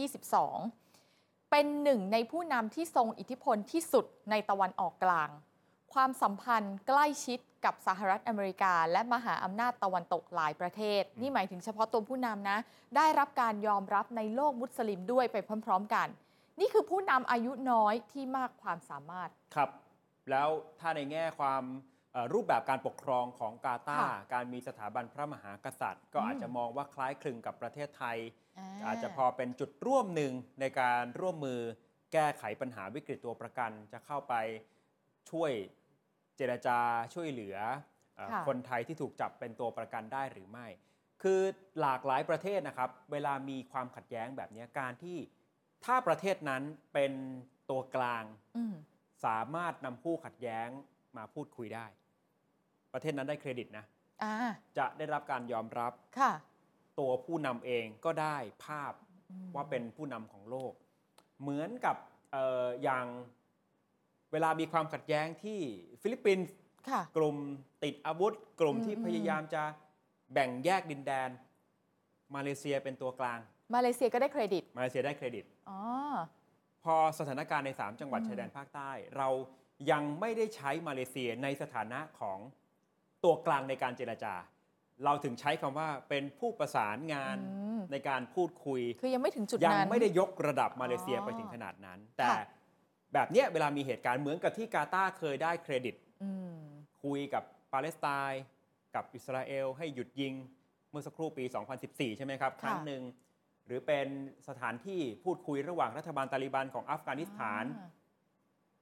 2022 เป็นหนึ่งในผู้นำที่ทรงอิทธิพลที่สุดในตะวันออกกลางความสัมพันธ์ใกล้ชิดกับสหรัฐอเมริกาและมหาอำนาจตะวันตกหลายประเทศนี่หมายถึงเฉพาะตัวผู้นำนะได้รับการยอมรับในโลกมุสลิมด้วยไปพร้อมๆกันนี่คือผู้นำอายุน้อยที่มากความสามารถครับแล้วถ้าในแง่ความรูปแบบการปกครองของกาตาร์การมีสถาบันพระมหากษัตริย์ก็อาจจะมองว่าคล้ายคลึงกับประเทศไทยอาจจะพอเป็นจุดร่วมหนึ่งในการร่วมมือแก้ไขปัญหาวิกฤตตัวประกันจะเข้าไปช่วยเจรจาช่วยเหลือคนไทยที่ถูกจับเป็นตัวประกันได้หรือไม่คือหลากหลายประเทศนะครับเวลามีความขัดแย้งแบบนี้การที่ถ้าประเทศนั้นเป็นตัวกลางสามารถนำผู้ขัดแย้งมาพูดคุยได้ประเทศนั้นได้เครดิตนะจะได้รับการยอมรับตัวผู้นำเองก็ได้ภาพว่าเป็นผู้นำของโลกเหมือนกับอย่างเวลามีความขัดแย้งที่ฟิลิปปินส์กลุ่มติดอาวุธกลุ่มที่พยายามจะแบ่งแยกดินแดนมาเลเซียเป็นตัวกลางมาเลเซียก็ได้เครดิตมาเลเซียได้เครดิตพอสถานการณ์ใน3จังหวัดชายแดนภาคใต้เรายังไม่ได้ใช้มาเลเซียในสถานะของตัวกลางในการเจรจาเราถึงใช้คำว่าเป็นผู้ประสานงานในการพูดคุยคือยังไม่ถึงจุดนั้นยังไม่ได้ยกระดับมาเลเซียไปถึงขนาดนั้นแต่แบบนี้เวลามีเหตุการณ์เหมือนกับที่กาตาร์เคยได้เครดิตคุยกับปาเลสไตน์กับอิสราเอลให้หยุดยิงเมื่อสักครู่ปี 2014 ใช่ไหมครับครั้งหนึ่งหรือเป็นสถานที่พูดคุยระหว่างรัฐบาลตาลิบันของอัฟกานิสถาน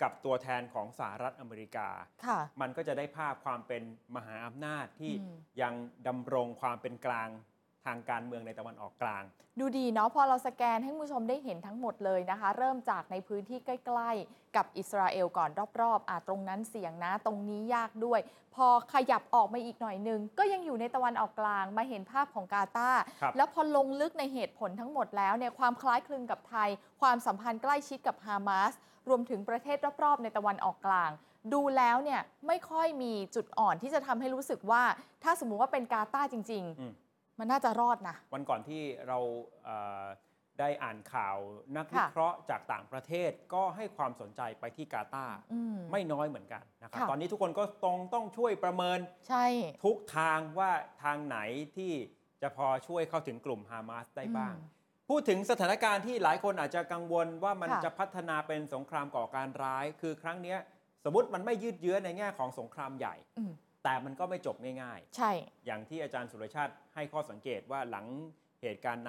กับตัวแทนของสหรัฐอเมริกาค่ะมันก็จะได้ภาพความเป็นมหาอำนาจที่อืมยังดำรงความเป็นกลางทางการเมืองในตะวันออกกลางดูดีเนาะพอเราสแกนให้คุณผู้ชมได้เห็นทั้งหมดเลยนะคะ เริ่มจากในพื้นที่ใกล้ๆกับอิสราเอลก่อนรอบๆตรงนั้นเสี่ยงนะตรงนี้ยากด้วย พอขยับออกมาอีกหน่อยนึงก็ยังอยู่ในตะวันออกกลางมาเห็นภาพของกาตาร์ครับแล้วพอลงลึกในเหตุผลทั้งหมดแล้วเนี่ยความคล้ายคลึงกับไทย ความสัมพันธ์ใกล้ชิดกับฮามาสรวมถึงประเทศรอบๆในตะวันออกกลาง ดูแล้วเนี่ยไม่ค่อยมีจุดอ่อนที่จะทำให้รู้สึกว่าถ้าสมมุติว่าเป็นกาตาร์จริง ๆ มันน่าจะรอดนะวันก่อนที่เราได้อ่านข่าวนักวิค่ะเคราะห์จากต่างประเทศก็ให้ความสนใจไปที่กาตาร์อืมไม่น้อยเหมือนกันนะครับค่ะตอนนี้ทุกคนก็ต้องช่วยประเมินใช่ทุกทางว่าทางไหนที่จะพอช่วยเข้าถึงกลุ่มฮามาสได้บ้าง พูดถึงสถานการณ์ที่หลายคนอาจจะกังวลว่ามันค่ะจะพัฒนาเป็นสงครามก่อการร้าย คือครั้งเนี้ยสมมติมันไม่ยืดเยื้อในแง่ของสงครามใหญ่อืมแต่มันก็ไม่จบง่ายใช่ๆ อย่างที่อาจารย์สุรชาติให้ข้อสังเกตว่าหลังเหตุการณ์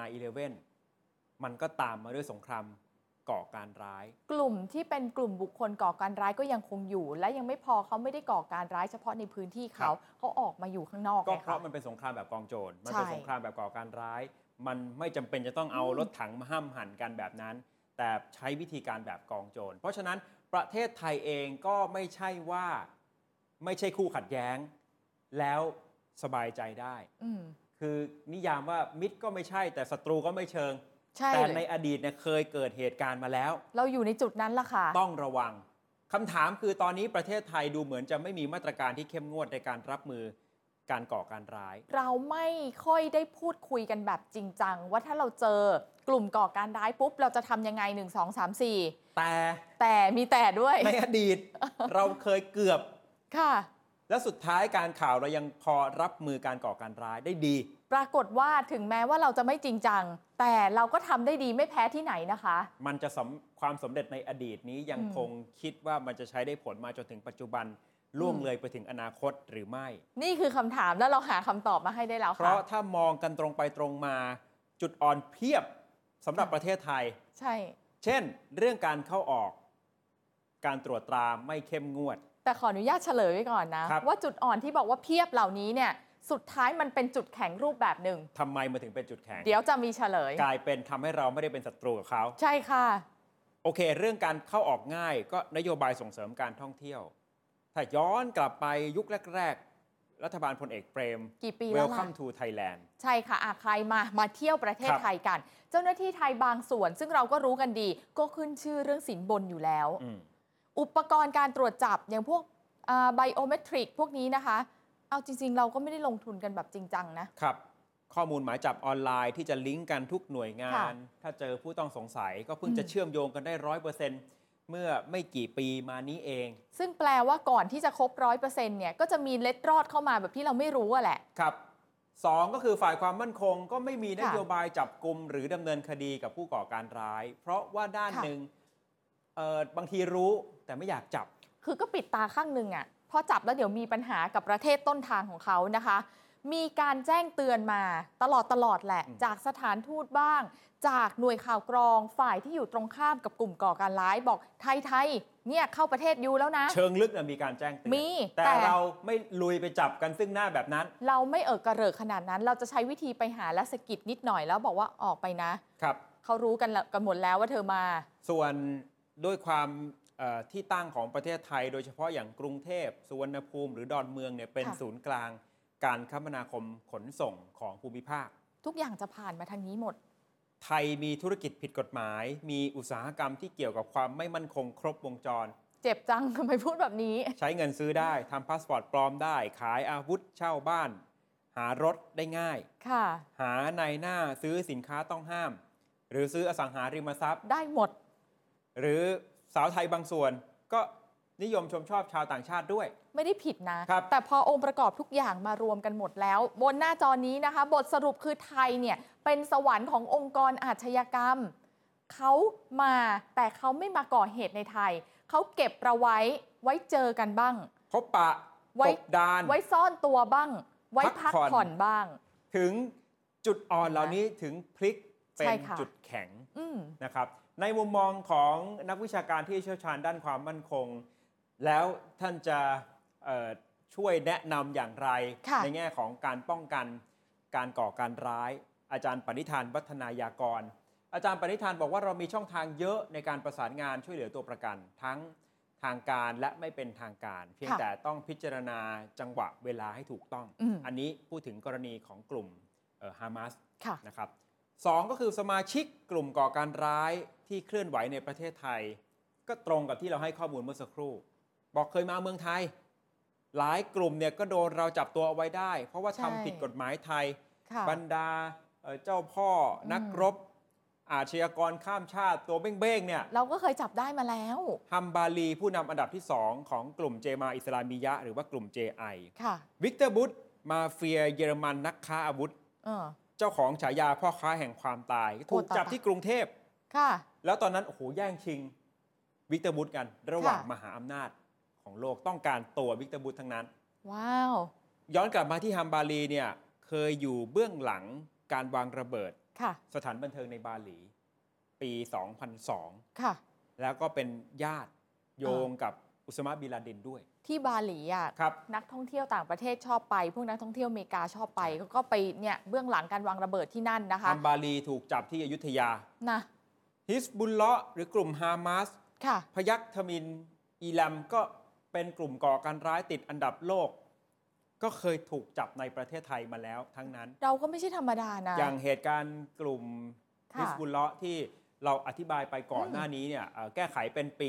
9/11 มันก็ตามมาด้วยสงครามก่อการร้ายกลุ่มที่เป็นกลุ่มบุคคลก่อการร้ายก็ยังคงอยู่ และยังไม่พอเขาไม่ได้ก่อการร้ายเฉพาะในพื้นที่เขาออกมาอยู่ข้างนอกก็ไงเพราะคะมันเป็นสงครามแบบกองโจร มันใช่เป็นสงครามแบบก่อการร้าย มันไม่จำเป็นจะต้องเอารถถังมาห้ามหันกันแบบนั้น แต่ใช้วิธีการแบบกองโจร เพราะฉะนั้นประเทศไทยเองก็ไม่ใช่ว่าไม่ใช่คู่ขัดแย้ง แล้วสบายใจได้อืมคือนิยามว่ามิตรก็ไม่ใช่แต่ศัตรูก็ไม่เชิงใช่แต่เลในยอดีตเนี่ยเคยเกิดเหตุการณ์มาแล้วเราอยู่ในจุดนั้นละค่ะต้องระวังคำถามคือตอนนี้ประเทศไทยดูเหมือนจะไม่มีมาตรการที่เข้มงวดในการรับมือการก่อการร้ายเราไม่ค่อยได้พูดคุยกันแบบจริงจังว่าถ้าเราเจอกลุ่มก่อการร้ายปุ๊บ เราจะทำยังไง 1 2 3 4 แต่แต่มีแต่ด้วยในอดีต เราเคยเกือบค่ะและสุดท้ายการข่าวเรายังพอรับมือการก่อการร้ายได้ดีปรากฏว่าถึงแม้ว่าเราจะไม่จริงจัง แต่เราก็ทำได้ดีไม่แพ้ที่ไหนนะคะมันจะความสำเร็จในอดีตนี้ยังคงคิดว่ามันจะใช้ได้ผลมาจนถึงปัจจุบันล่วงเลยไปถึงอนาคตหรือไม่นี่คือคำถามแล้วเราหาคำตอบมาให้ได้แล้วเพค่ะราะถ้ามองกันตรงไปตรงมาจุดอ่อนเพียบสำหรับประเทศไทยใช่เช่น เรื่องการเข้าออกการตรวจตราไม่เข้มงวดแต่ขออนุญาตเฉลยไว้ก่อนนะครับว่าจุดอ่อนที่บอกว่าเพียบเหล่านี้เนี่ยสุดท้ายมันเป็นจุดแข็งรูปแบบหนึ่งทำไมมาถึงเป็นจุดแข็งเดี๋ยวจะมีเฉลยกลายเป็นทำให้เราไม่ได้เป็นศัตรูกับเขาใช่ค่ะโอเค เรื่องการเข้าออกง่ายก็นโยบายส่งเสริมการท่องเที่ยว ถ้าย้อนกลับไปยุคแรก ๆ รัฐบาลพลเอกเปรมกี่ปีแล้วล่ะ Welcome to Thailand ใช่ค่ะใครมาเที่ยวประเทศครับไทยกัน เจ้าหน้าที่ไทยบางส่วน ซึ่งเราก็รู้กันดี ก็ขึ้นชื่อเรื่องสินบนอยู่แล้วอืมอุปกรณ์การตรวจจับอย่างพวกไบโอเมตริกพวกนี้นะคะ เอาจริง ๆ เราก็ไม่ได้ลงทุนกันแบบจริงจังนะครับ ข้อมูลหมายจับออนไลน์ที่จะลิงก์กันทุกหน่วยงาค่ะน ถ้าเจอผู้ต้องสงสัยก็เพิ่งจะเชื่อมโยงกันได้ 100%เมื่อไม่กี่ปีมานี้เองซึ่งแปลว่าก่อนที่จะครบ 100% เนี่ยก็จะมีเล็ดรอดเข้ามาแบบที่เราไม่รู้อะแหละครับสองก็คือฝ่ายความมั่นคงก็ไม่มีนค่ะโยบายจับกลุ่มหรือดำเนินคดีกับผู้ก่อการร้าย เพราะว่าด้านค่ะหนึ่งบางทีรู้แต่ไม่อยากจับคือก็ปิดตาข้างหนึ่งอะพอจับแล้วเดี๋ยวมีปัญหากับประเทศต้นทางของเขานะคะ มีการแจ้งเตือนมาตลอดแหละ จากสถานทูตบ้าง จากหน่วยข่าวกรองฝ่ายที่อยู่ตรงข้ามกับกลุ่มก่อการร้ายบอกไทยเนี่ยเข้าประเทศยูแล้วนะเชิงลึกนะมีการแจ้งเตือนมีแต่แต่เราไม่ลุยไปจับกันซึ่งหน้าแบบนั้นเราไม่กระเริกขนาดนั้น เราจะใช้วิธีไปหาและสะกิดนิดหน่อยแล้วบอกว่าออกไปนะครับ เขารู้กันหมดแล้วว่าเธอมาส่วนด้วยความที่ตั้งของประเทศไทย โดยเฉพาะอย่างกรุงเทพสุวรรณภูมิหรือดอนเมืองเนี่ยเป็นค่ะศูนย์กลางการคมนาคมขนส่งของภูมิภาคทุกอย่างจะผ่านมาทางนี้หมดไทยมีธุรกิจผิดกฎหมาย มีอุตสาหกรรมที่เกี่ยวกับความไม่มั่นคงครบวงจรเจ็บจังทำไมพูดแบบนี้ใช้เงินซื้อได้ทำพาสปอร์ตปลอมได้ ขายอาวุธเช่าบ้าน หารถได้ง่ายค่ะหาในหน้าซื้อสินค้าต้องห้าม หรือซื้ออสังหาริมทรัพย์ได้หมดหรือสาวไทยบางส่วน ก็นิยมชมชอบชาวต่างชาติด้วยไม่ได้ผิดนะครับแต่พอองค์ประกอบทุกอย่างมารวมกันหมดแล้ว บนหน้าจอนี้นะคะ บทสรุปคือไทยเนี่ยเป็นสวรรค์ขององค์กรอาชญากรรม เขามาแต่เขาไม่มาก่อเหตุในไทย เขาเก็บเราไว้เจอกันบ้างพบปะไว้กบดานไว้ซ่อนตัวบ้าง ไว้พักพักผ่อนผ่อนบ้างถึงจุดอ่อนเหล่านี้ถึงพลิกเป็ใช่นค่ะจุดแข็งอืมนะครับในมุมมองของนักวิชาการที่เชี่ยวชาญด้านความมั่นคง แล้วท่านจะช่วยแนะนำอย่างไรค่ะในแง่ของการป้องกันการก่อการร้าย อาจารย์ปณิธานวัฒนายากร อาจารย์ปณิธานบอกว่าเรามีช่องทางเยอะในการประสานงานช่วยเหลือตัวประกัน ทั้งทางการและไม่เป็นทางการ เพียงแต่ต้องพิจารณาจังหวะเวลาให้ถูกต้อง อันนี้พูดถึงกรณีของกลุ่มฮามาสนะครับสองก็คือสมาชิกกลุ่มก่อการร้ายที่เคลื่อนไหวในประเทศไทย ก็ตรงกับที่เราให้ข้อมูลเมื่อสักครู่ บอกเคยมาเมืองไทย หลายกลุ่มเนี่ยก็โดนเราจับตัวเอาไว้ได้ เพราะว่าทำผิดกฎหมายไทย บรรดาเจ้าพ่อนักรบ อาชญากรข้ามชาติตัวเบ้งๆเนี่ยเราก็เคยจับได้มาแล้วฮัมบาลีผู้นำอันดับที่ 2 ของกลุ่มเจมาอิสลามียะหรือว่ากลุ่ม JI วิกเตอร์บุตมาเฟียเยอรมันนักค้าอาวุธเจ้าของฉายาพ่อค้าแห่งความตายถูกจับที่กรุงเทพแล้วตอนนั้นโอ้โหแย่งชิงวิกเตอร์บุตกันระหว่างมหาอำนาจของโลกต้องการตัววิกเตอร์บุตทั้งนั้นว้าวย้อนกลับมาที่ฮัมบาลีเนี่ยเคยอยู่เบื้องหลังการวางระเบิดสถานบันเทิงในบาหลีปี 2002 แล้วก็เป็นญาติโยงกับอุสมาบินลาเดนด้วยที่บาหลีอ่ะนักท่องเที่ยวต่างประเทศชอบไปพวกนักท่องเที่ยวอเมริกาชอบไปก็ไปเนี่ยเบื้องหลังการวางระเบิดที่นั่นนะคะฮัมบาลีถูกจับที่อยุธยานะฮิสบุลเลาะหรือกลุ่มฮามาสพยัคฆ์ทมินอีแลมก็เป็นกลุ่มก่อการร้ายติดอันดับโลกก็เคยถูกจับในประเทศไทยมาแล้วทั้งนั้นเราก็ไม่ใช่ธรรมดานะอย่างเหตุการณ์กลุ่มฮิสบุลเลาะที่เราอธิบายไปก่อนหน้านี้เนี่ยแก้ไขเป็นปี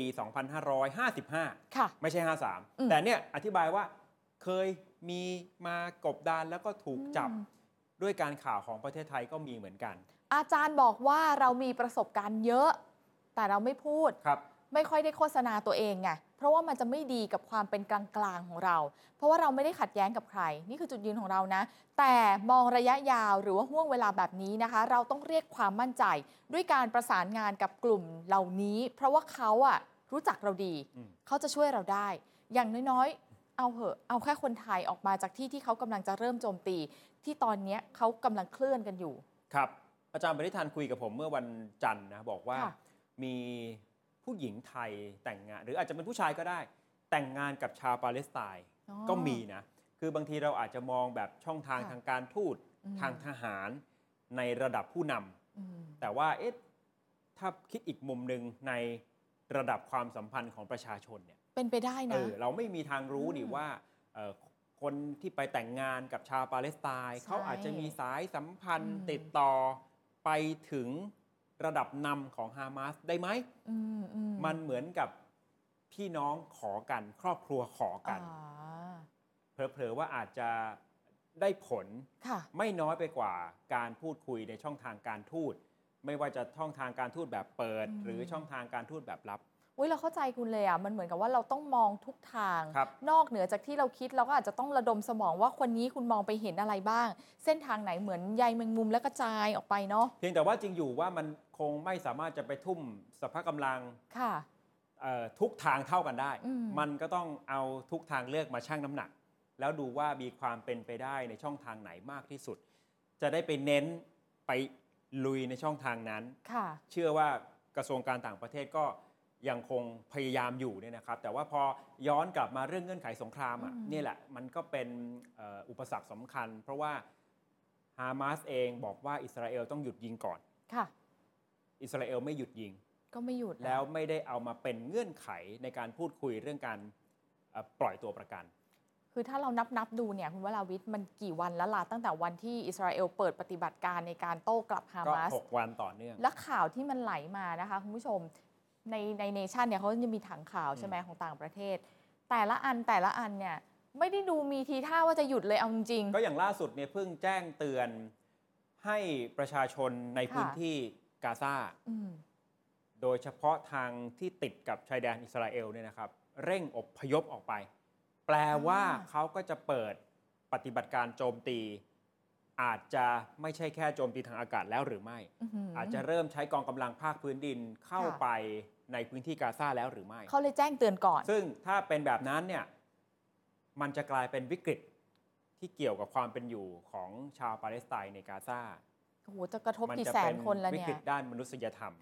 2555 ไม่ใช่ 53 แต่เนี่ยอธิบายว่าเคยมีมากบดานแล้วก็ถูกจับด้วยการข่าวของประเทศไทยก็มีเหมือนกันอาจารย์บอกว่าเรามีประสบการณ์เยอะแต่เราไม่พูดไม่ค่อยได้โฆษณาตัวเองไงเพราะว่ามันจะไม่ดีกับความเป็นกลางๆของเราเพราะว่าเราไม่ได้ขัดแย้งกับใครนี่คือจุดยืนของเรานะแต่มองระยะยาวหรือว่าห่วงเวลาแบบนี้นะคะเราต้องเรียกความมั่นใจด้วยการประสานงานกับกลุ่มเหล่านี้เพราะว่าเขาอะรู้จักเราดีเขาจะช่วยเราได้อย่างน้อยๆเอาเหอะเอาแค่คนไทยออกมาจากที่เขากำลังจะเริ่มโจมตีที่ตอนนี้เขากำลังเคลื่อนกันอยู่ครับอาจารย์ปณิธานคุยกับผมเมื่อวันจันทร์นะบอกว่ามีผู้หญิงไทยแต่งงานหรืออาจจะเป็นผู้ชายก็ได้แต่งงานกับชาวปาเลสไตน์ก็มีนะคือบางทีเราอาจจะมองแบบช่องทางทางการทูตทางทหารในระดับผู้นำแต่ว่าถ้าคิดอีกมุมหนึ่งในระดับความสัมพันธ์ของประชาชนเนี่ยเป็นไปได้นะเราไม่มีทางรู้นี่ว่าคนที่ไปแต่งงานกับชาวปาเลสไตน์เขาอาจจะมีสายสัมพันธ์ติดต่อไปถึงระดับนำของฮามาสได้ไหมมันเหมือนกับพี่น้องขอกันครอบครัวขอกันเผลอๆว่าอาจจะได้ผลไม่น้อยไปกว่าการพูดคุยในช่องทางการทูตไม่ว่าจะช่องทางการทูตแบบเปิดหรือช่องทางการทูตแบบลับเราเข้าใจคุณเลยอ่ะมันเหมือนกับว่าเราต้องมองทุกทางนอกเหนือจากที่เราคิดเราก็อาจจะต้องระดมสมองว่าคนนี้คุณมองไปเห็นอะไรบ้างเส้นทางไหนเหมือนใยแมงมุมแล้วกระจายออกไปเนาะเพียงแต่ว่าจริงอยู่ว่ามันคงไม่สามารถจะไปทุ่มสรรพกำลังทุกทางเท่ากันได้มันก็ต้องเอาทุกทางเลือกมาชั่งน้ำหนักแล้วดูว่ามีความเป็นไปได้ในช่องทางไหนมากที่สุดจะได้ไปเน้นไปลุยในช่องทางนั้นเชื่อว่ากระทรวงการต่างประเทศก็ยังคงพยายามอยู่เนี่ยนะครับแต่ว่าพอย้อนกลับมาเรื่องเงื่อนไขสงครามนี่แหละมันก็เป็นอุปสรรคสำคัญเพราะว่าฮามาสเองบอกว่าอิสราเอลต้องหยุดยิงก่อนอิสราเอลไม่หยุดยิงก็ไม่หยุดแล้วไม่ได้เอามาเป็นเงื่อนไขในการพูดคุยเรื่องการปล่อยตัวประกันคือถ้าเรานับดูเนี่ยคุณวราวิทย์มันกี่วันแล้วล่ะตั้งแต่วันที่อิสราเอลเปิดปฏิบัติการในการโต้กลับฮามาสก็6 วันต่อเนื่องและข่าวที่มันไหลมานะคะคุณผู้ชมในเนชั่นเนี่ยเขาจะมีถังข่าวใช่ไหมของต่างประเทศแต่ละอันเนี่ยไม่ได้ดูมีทีท่าว่าจะหยุดเลยเอาจริงก็อย่างล่าสุดเนี่ยเพิ่งแจ้งเตือนให้ประชาชนในพื้นที่กาซาโดยเฉพาะทางที่ติดกับชายแดนอิสราเอลเนี่ยนะครับเร่งอพยพออกไปแปลว่าเขาก็จะเปิดปฏิบัติการโจมตีอาจจะไม่ใช่แค่โจมตีทางอากาศแล้วหรือไม่อาจจะเริ่มใช้กองกำลังภาคพื้นดินเข้าไปในพื้นที่กาซาแล้วหรือไม่เขาเลยแจ้งเตือนก่อนซึ่งถ้าเป็นแบบนั้นเนี่ยมันจะกลายเป็นวิกฤตที่เกี่ยวกับความเป็นอยู่ของชาวปาเลสไตน์ในกาซาโอ้โหจะกระทบกี่แสนคนแล้วเนี่ยวิกฤตด้านมนุษยธรรม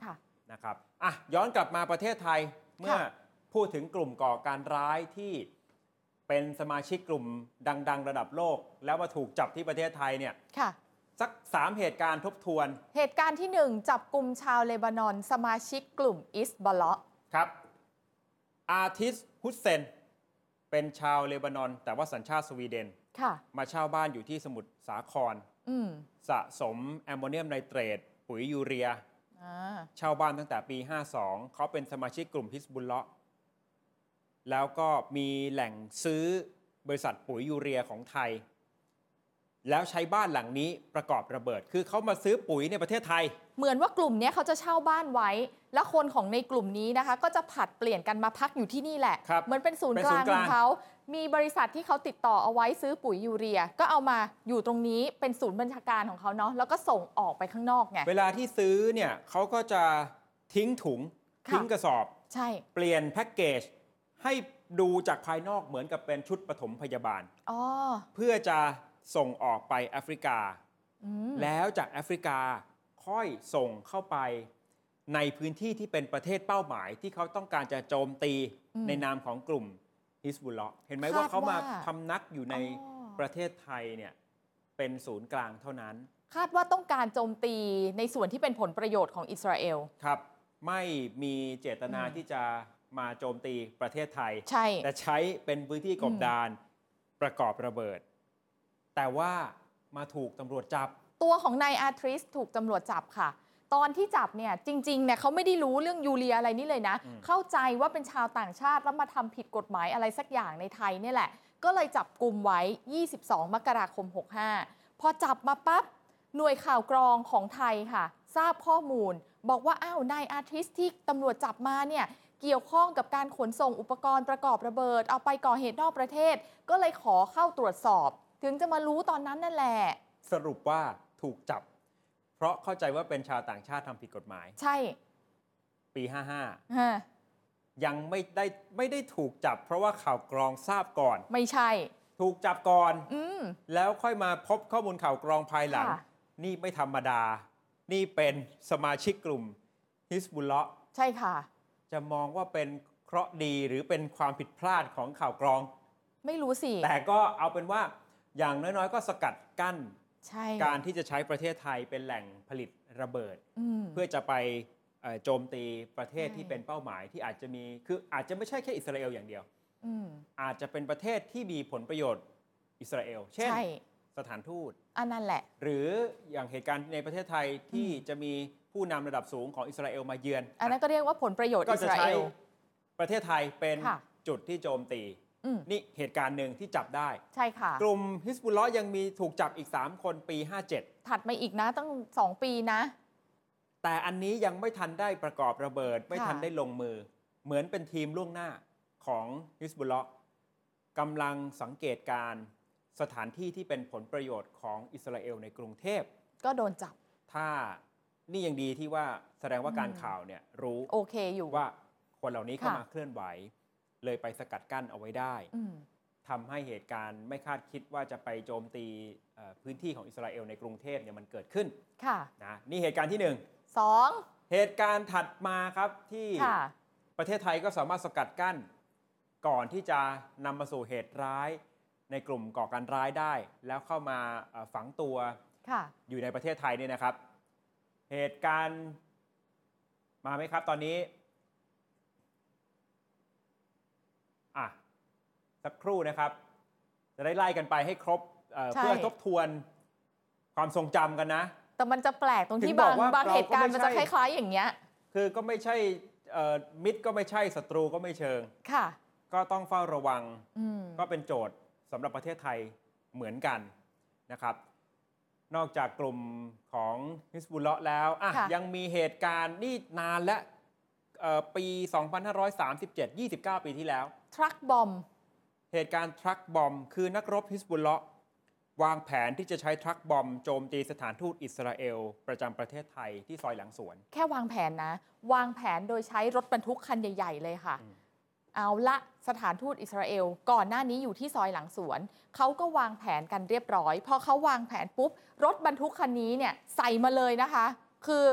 นะครับย้อนกลับมาประเทศไทยเมื่อพูดถึงกลุ่มก่อการร้ายที่เป็นสมาชิกกลุ่มดังๆระดับโลกแล้วมาถูกจับที่ประเทศไทยเนี่ยสัก3เหตุการณ์ทบทวนเหตุการณ์ที่1จับกลุ่มชาวเลบานอนสมาชิกกลุ่มอิสบอลล์ครับอาทิสฮุสเซนเป็นชาวเลบานอนแต่ว่าสัญชาติสวีเดนมาเช่าบ้านอยู่ที่สมุทรสาครสะสมแอมโมเนียมไนเตรตปุ๋ยยูเรียเช่าบ้านตั้งแต่ปี 52 เขาเป็นสมาชิกกลุ่มฮิสบุลเลาะห์แล้วก็มีแหล่งซื้อบริษัทปุ๋ยยูเรียของไทยแล้วใช้บ้านหลังนี้ประกอบระเบิดคือเขามาซื้อปุ๋ยในประเทศไทยเหมือนว่ากลุ่มนี้เขาจะเช่าบ้านไว้แล้วคนของในกลุ่มนี้นะคะก็จะผลัดเปลี่ยนกันมาพักอยู่ที่นี่แหละเหมือนเป็นศูนย์กลางของเขามีบริษัทที่เขาติดต่อเอาไว้ซื้อปุ๋ยยูเรียก็เอามาอยู่ตรงนี้เป็นศูนย์บัญชาการของเขาเนาะแล้วก็ส่งออกไปข้างนอกไงเวลาที่ซื้อเนี่ยเขาก็จะทิ้งถุงทิ้งกระสอบใช่เปลี่ยนแพ็กเกจให้ดูจากภายนอกเหมือนกับเป็นชุดปฐมพยาบาลเพื่อจะส่งออกไปแอฟริกาแล้วจากแอฟริกาค่อยส่งเข้าไปในพื้นที่ที่เป็นประเทศเป้าหมายที่เขาต้องการจะโจมตีในนามของกลุ่มฮิสบุลเลาะห์เห็นไหมว่าเขามาพำนักอยู่ในประเทศไทยเนี่ยเป็นศูนย์กลางเท่านั้นคาดว่าต้องการโจมตีในส่วนที่เป็นผลประโยชน์ของอิสราเอลครับไม่มีเจตนาที่จะมาโจมตีประเทศไทยใช่แต่ใช้เป็นพื้นที่กบดานประกอบระเบิดแต่ว่ามาถูกตำรวจจับตัวของนายอาทริสถูกตำรวจจับค่ะตอนที่จับเนี่ยจริงๆเนี่ยเขาไม่ได้รู้เรื่องยูเรียอะไรนี่เลยนะเข้าใจว่าเป็นชาวต่างชาติแล้วมาทำผิดกฎหมายอะไรสักอย่างในไทยนี่แหละก็เลยจับกุมไว้ 22 มกราคม 65 พอจับมาปั๊บหน่วยข่าวกรองของไทยค่ะทราบข้อมูลบอกว่าอ้าวนายอาทริสที่ตำรวจจับมาเนี่ยเกี่ยวข้องกับการขนส่งอุปกรณ์ประกอบระเบิดเอาไปก่อเหตุนอกประเทศก็เลยขอเข้าตรวจสอบถึงจะมารู้ตอนนั้นนั่นแหละสรุปว่าถูกจับเพราะเข้าใจว่าเป็นชาวต่างชาติทำผิดกฎหมายใช่ปี 55ยังไม่ได้ถูกจับเพราะว่าข่าวกรองทราบก่อนไม่ใช่ถูกจับก่อนแล้วค่อยมาพบข้อมูลข่าวกรองภายหลังนี่ไม่ธรรมดานี่เป็นสมาชิกกลุ่มฮิสบุลเลาะห์ใช่ค่ะจะมองว่าเป็นเคราะห์ดีหรือเป็นความผิดพลาดของข่าวกรองไม่รู้สิแต่ก็เอาเป็นว่าอย่างน้อยๆก็สกัดกั้นการที่จะใช้ประเทศไทยเป็นแหล่งผลิตระเบิดเพื่อจะไปโจมตีประเทศที่เป็นเป้าหมายที่อาจจะมีคืออาจจะไม่ใช่แค่อิสราเอลอย่างเดียวอาจจะเป็นประเทศที่มีผลประโยชน์อิสราเอลเช่นสถานทูตนั่นแหละหรืออย่างเหตุการณ์ในประเทศไทยที่จะมีผู้นำระดับสูงของอิสราเอลมาเยือนอันนั้นก็เรียกว่าผลประโยชน์อิสราเอลประเทศไทยเป็นจุดที่โจมตีนี่เหตุการณ์หนึ่งที่จับได้ใช่ค่ะกลุ่มฮิสบุลเลาะห์ยังมีถูกจับอีก3คนปี 57 ถัดมาอีกนะตั้ง2ปีนะแต่อันนี้ยังไม่ทันได้ประกอบระเบิดไม่ทันได้ลงมือเหมือนเป็นทีมล่วงหน้าของฮิสบุลเลาะห์กำลังสังเกตการสถานที่ที่เป็นผลประโยชน์ของอิสราเอลในกรุงเทพก็โดนจับถ้านี่ยังดีที่ว่าแสดงว่าการข่าวเนี่ยรู้โอเคอยู่ว่าคนเหล่านี้เข้ามาเคลื่อนไหวเลยไปสกัดกั้นเอาไว้ได้ทำให้เหตุการณ์ไม่คาดคิดว่าจะไปโจมตีพื้นที่ของอิสราเอลในกรุงเทพเนี่ยมันเกิดขึ้นนะนี่เหตุการณ์ที่1 2เหตุการณ์ถัดมาครับที่ประเทศไทยก็สามารถสกัดกั้นก่อนที่จะนำมาสู่เหตุร้ายในกลุ่มก่อการร้ายได้แล้วเข้ามาฝังตัวอยู่ในประเทศไทยเนี่ยนะครับเหตุการณ์มาไหมครับตอนนี้สักครู่นะครับจะได้ไล่กันไปให้ครบเพื่อทบทวนความทรงจำกันนะแต่มันจะแปลกตรงที่บางเหตุการณ์มันจะคล้ายๆอย่างเงี้ยคือก็ไม่ใช่มิตรก็ไม่ใช่ศัตรูก็ไม่เชิงค่ะก็ต้องเฝ้าระวังก็เป็นโจทย์สำหรับประเทศไทยเหมือนกันนะครับนอกจากกลุ่มของฮิสบุลเลาะห์แล้วยังมีเหตุการณ์นี่นานและปี 2537 29 ปีที่แล้วทรัคบอมเหตุการณ์ทรัคบอมคือนักรบฮิสบุลเลาะห์วางแผนที่จะใช้ทรัคบอมโจมตีสถานทูตอิสราเอลประจำประเทศไทยที่ซอยหลังสวนแค่วางแผนนะวางแผนโดยใช้รถบรรทุกคันใหญ่ๆเลยค่ะเอาละสถานทูตอิสราเอลก่อนหน้านี้อยู่ที่ซอยหลังสวนเขาก็วางแผนกันเรียบร้อยพอเขาวางแผนปุ๊บรถบรรทุกคันนี้เนี่ยใส่มาเลยนะคะคือ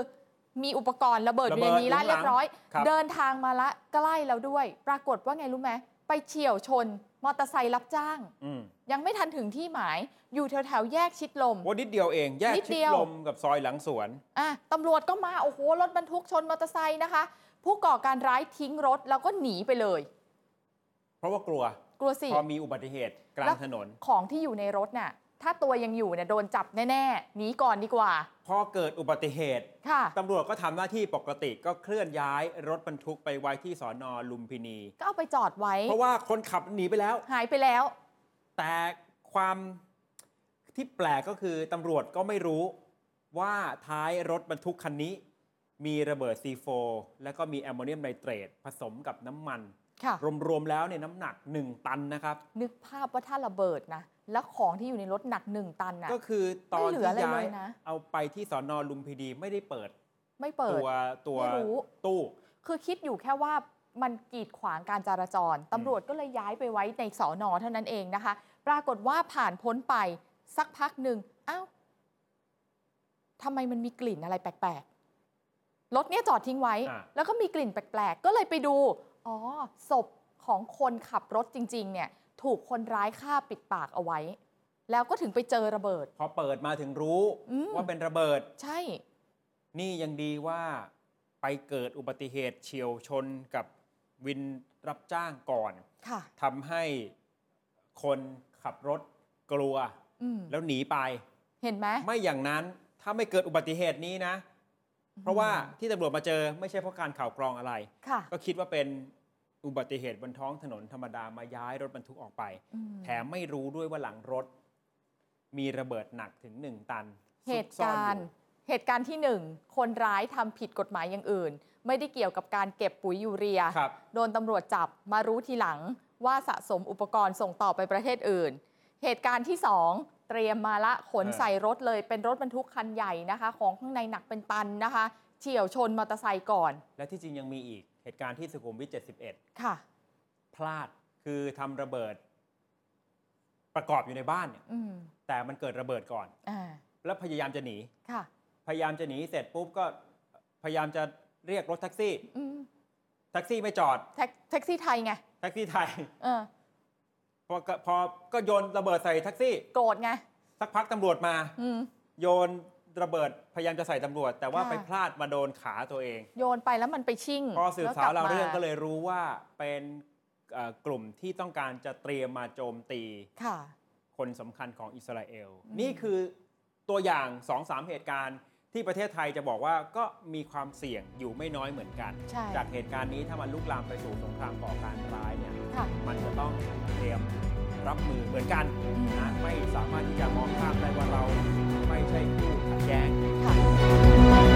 มีอุปกรณ์ระเบิดอยู่ในนี้ละระเบิดเรียบร้อยครับเดินทางมาละใกล้แล้วด้วย ปรากฏว่าไงรู้ไหมไปเฉี่ยวชนมอเตอร์ไซค์รับจ้าง ยังไม่ทันถึงที่หมายอยู่แถวๆแยกชิดลมนิดเดียวเองแยกนิดชิเดีดยวลมกับซอยหลังสวนตำรวจก็มาโอ้โหรถบรรทุกชนมอเตอร์ไซค์นะคะ ผู้ก่อการร้ายทิ้งรถแล้วก็หนีไปเลยเพราะว่ากลัวกลัวสิพอมีอุบัติเหตุกลางถนนของที่อยู่ในรถน่ะถ้าตัวยังอยู่เนี่ยโดนจับแน่ๆหนีก่อนดีกว่าพอเกิดอุบัติเหตุค่ะตำรวจก็ทำหน้าที่ปกติก็เคลื่อนย้ายรถบรรทุกไปไว้ที่สน.ลุมพินีก็เอาไปจอดไว้เพราะว่าคนขับหนีไปแล้วหายไปแล้วแต่ความที่แปลกก็คือตำรวจก็ไม่รู้ว่าท้ายรถบรรทุกคันนี้มีระเบิด C4 แล้วก็มีแอมโมเนียมไนเตรตผสมกับน้ำมันค่ะรวมๆแล้วเนี่ยน้ำหนัก 1 ตันนะครับนึกภาพว่าถ้าระเบิดนะแล้วของที่อยู่ในรถหนัก1 ตันน่ะก็คือตอนไม่เหลือที่อะไรย้ายเลยนะเอาไปที่สน.ลุมพินีไม่ได้เปิดไม่เปิดตัวไม่รู้ตู้คือคิดอยู่แค่ว่ามันกีดขวางการจราจรตำรวจก็เลยย้ายไปไว้ในสอนอเท่านั้นเองนะคะ ปรากฏว่าผ่านพ้นไปสักพักหนึ่งอ้าวทำไมมันมีกลิ่นอะไรแปลกๆรถเนี่ยจอดทิ้งไว้ แล้วก็มีกลิ่นแปลกๆก็เลยไปดูอ๋อศพของคนขับรถจริงๆเนี่ยถูกคนร้ายฆ่าปิดปากเอาไว้ แล้วก็ถึงไปเจอระเบิดพอเปิดมาถึงรู้ว่าเป็นระเบิดใช่นี่ยังดีว่าไปเกิดอุบัติเหตุเฉียวชนกับวินรับจ้างก่อนค่ะทำให้คนขับรถกลัว แล้วหนีไปเห็นไหมไม่อย่างนั้นถ้าไม่เกิดอุบัติเหตุนี้นะ เพราะว่าที่ตำรวจมาเจอไม่ใช่เพราะการข่าวกรองอะไรค่ะก็คิดว่าเป็นอุบัติเหตุบนท้องถนนธรรมดามาย้ายรถบรรทุกออกไป แถมไม่รู้ด้วยว่าหลังรถ มีระเบิดหนักถึง1 ตันเหตุการณ์ที่ 1 คนร้ายทำผิดกฎหมายอย่างอื่น ไม่ได้เกี่ยวกับการเก็บปุ๋ยยูเรียครับโดนตำรวจจับมารู้ทีหลังว่าสะสมอุปกรณ์ส่งต่อไปประเทศอื่น เหตุการณ์ที่ 2 เตรียมมาละขนใส่รถเลยเป็นรถบรรทุกคันใหญ่นะคะ ของข้างในหนักเป็นตันนะคะเฉี่ยวชนมอเตอร์ไซค์ก่อนและที่จริงยังมีอีกเหตุการณ์ที่สุขุมวิท 71 ค่ะพลาดคือทำระเบิดประกอบอยู่ในบ้านเนี่ยแต่มันเกิดระเบิดก่อน แล้วพยายามจะหนีค่ะพยายามจะหนีเสร็จปุ๊บก็พยายามจะเรียกรถแท็กซี่แท็กซี่ไม่จอดแท็กซี่ไทยไงแท็กซี่ไทยเออพอก็โยนระเบิดใส่แท็กซี่โกรธไงสักพักตำรวจมาโยนระเบิดพยายามจะใส่ตำรวจ แต่ว่าค่ะไปพลาดมาโดนขาตัวเองโยนไปแล้วมันไปชิ่งพอสืบสาวแล้เราวกบเรื่องมก็เลยรู้ว่าเป็นกลุ่มที่ต้องการจะเตรียมมาโจมตีค่ะคนสำคัญของอิสราเอล นี่คือตัวอย่าง 2-3 เหตุการณ์ที่ประเทศไทยจะบอกว่าก็มีความเสี่ยงอยู่ไม่น้อยเหมือนกันใช่จากเหตุการณ์นี้ถ้ามันลุกลามไปสู่สงครามก่อการร้ายเนี่ยค่ะมันจะต้องเตรียมรับมือเหมือนกันนะไม่สามารถที่จะมองข้ามได้ว่าเราไม่ใช่คู่ขัดแย้งค่ะ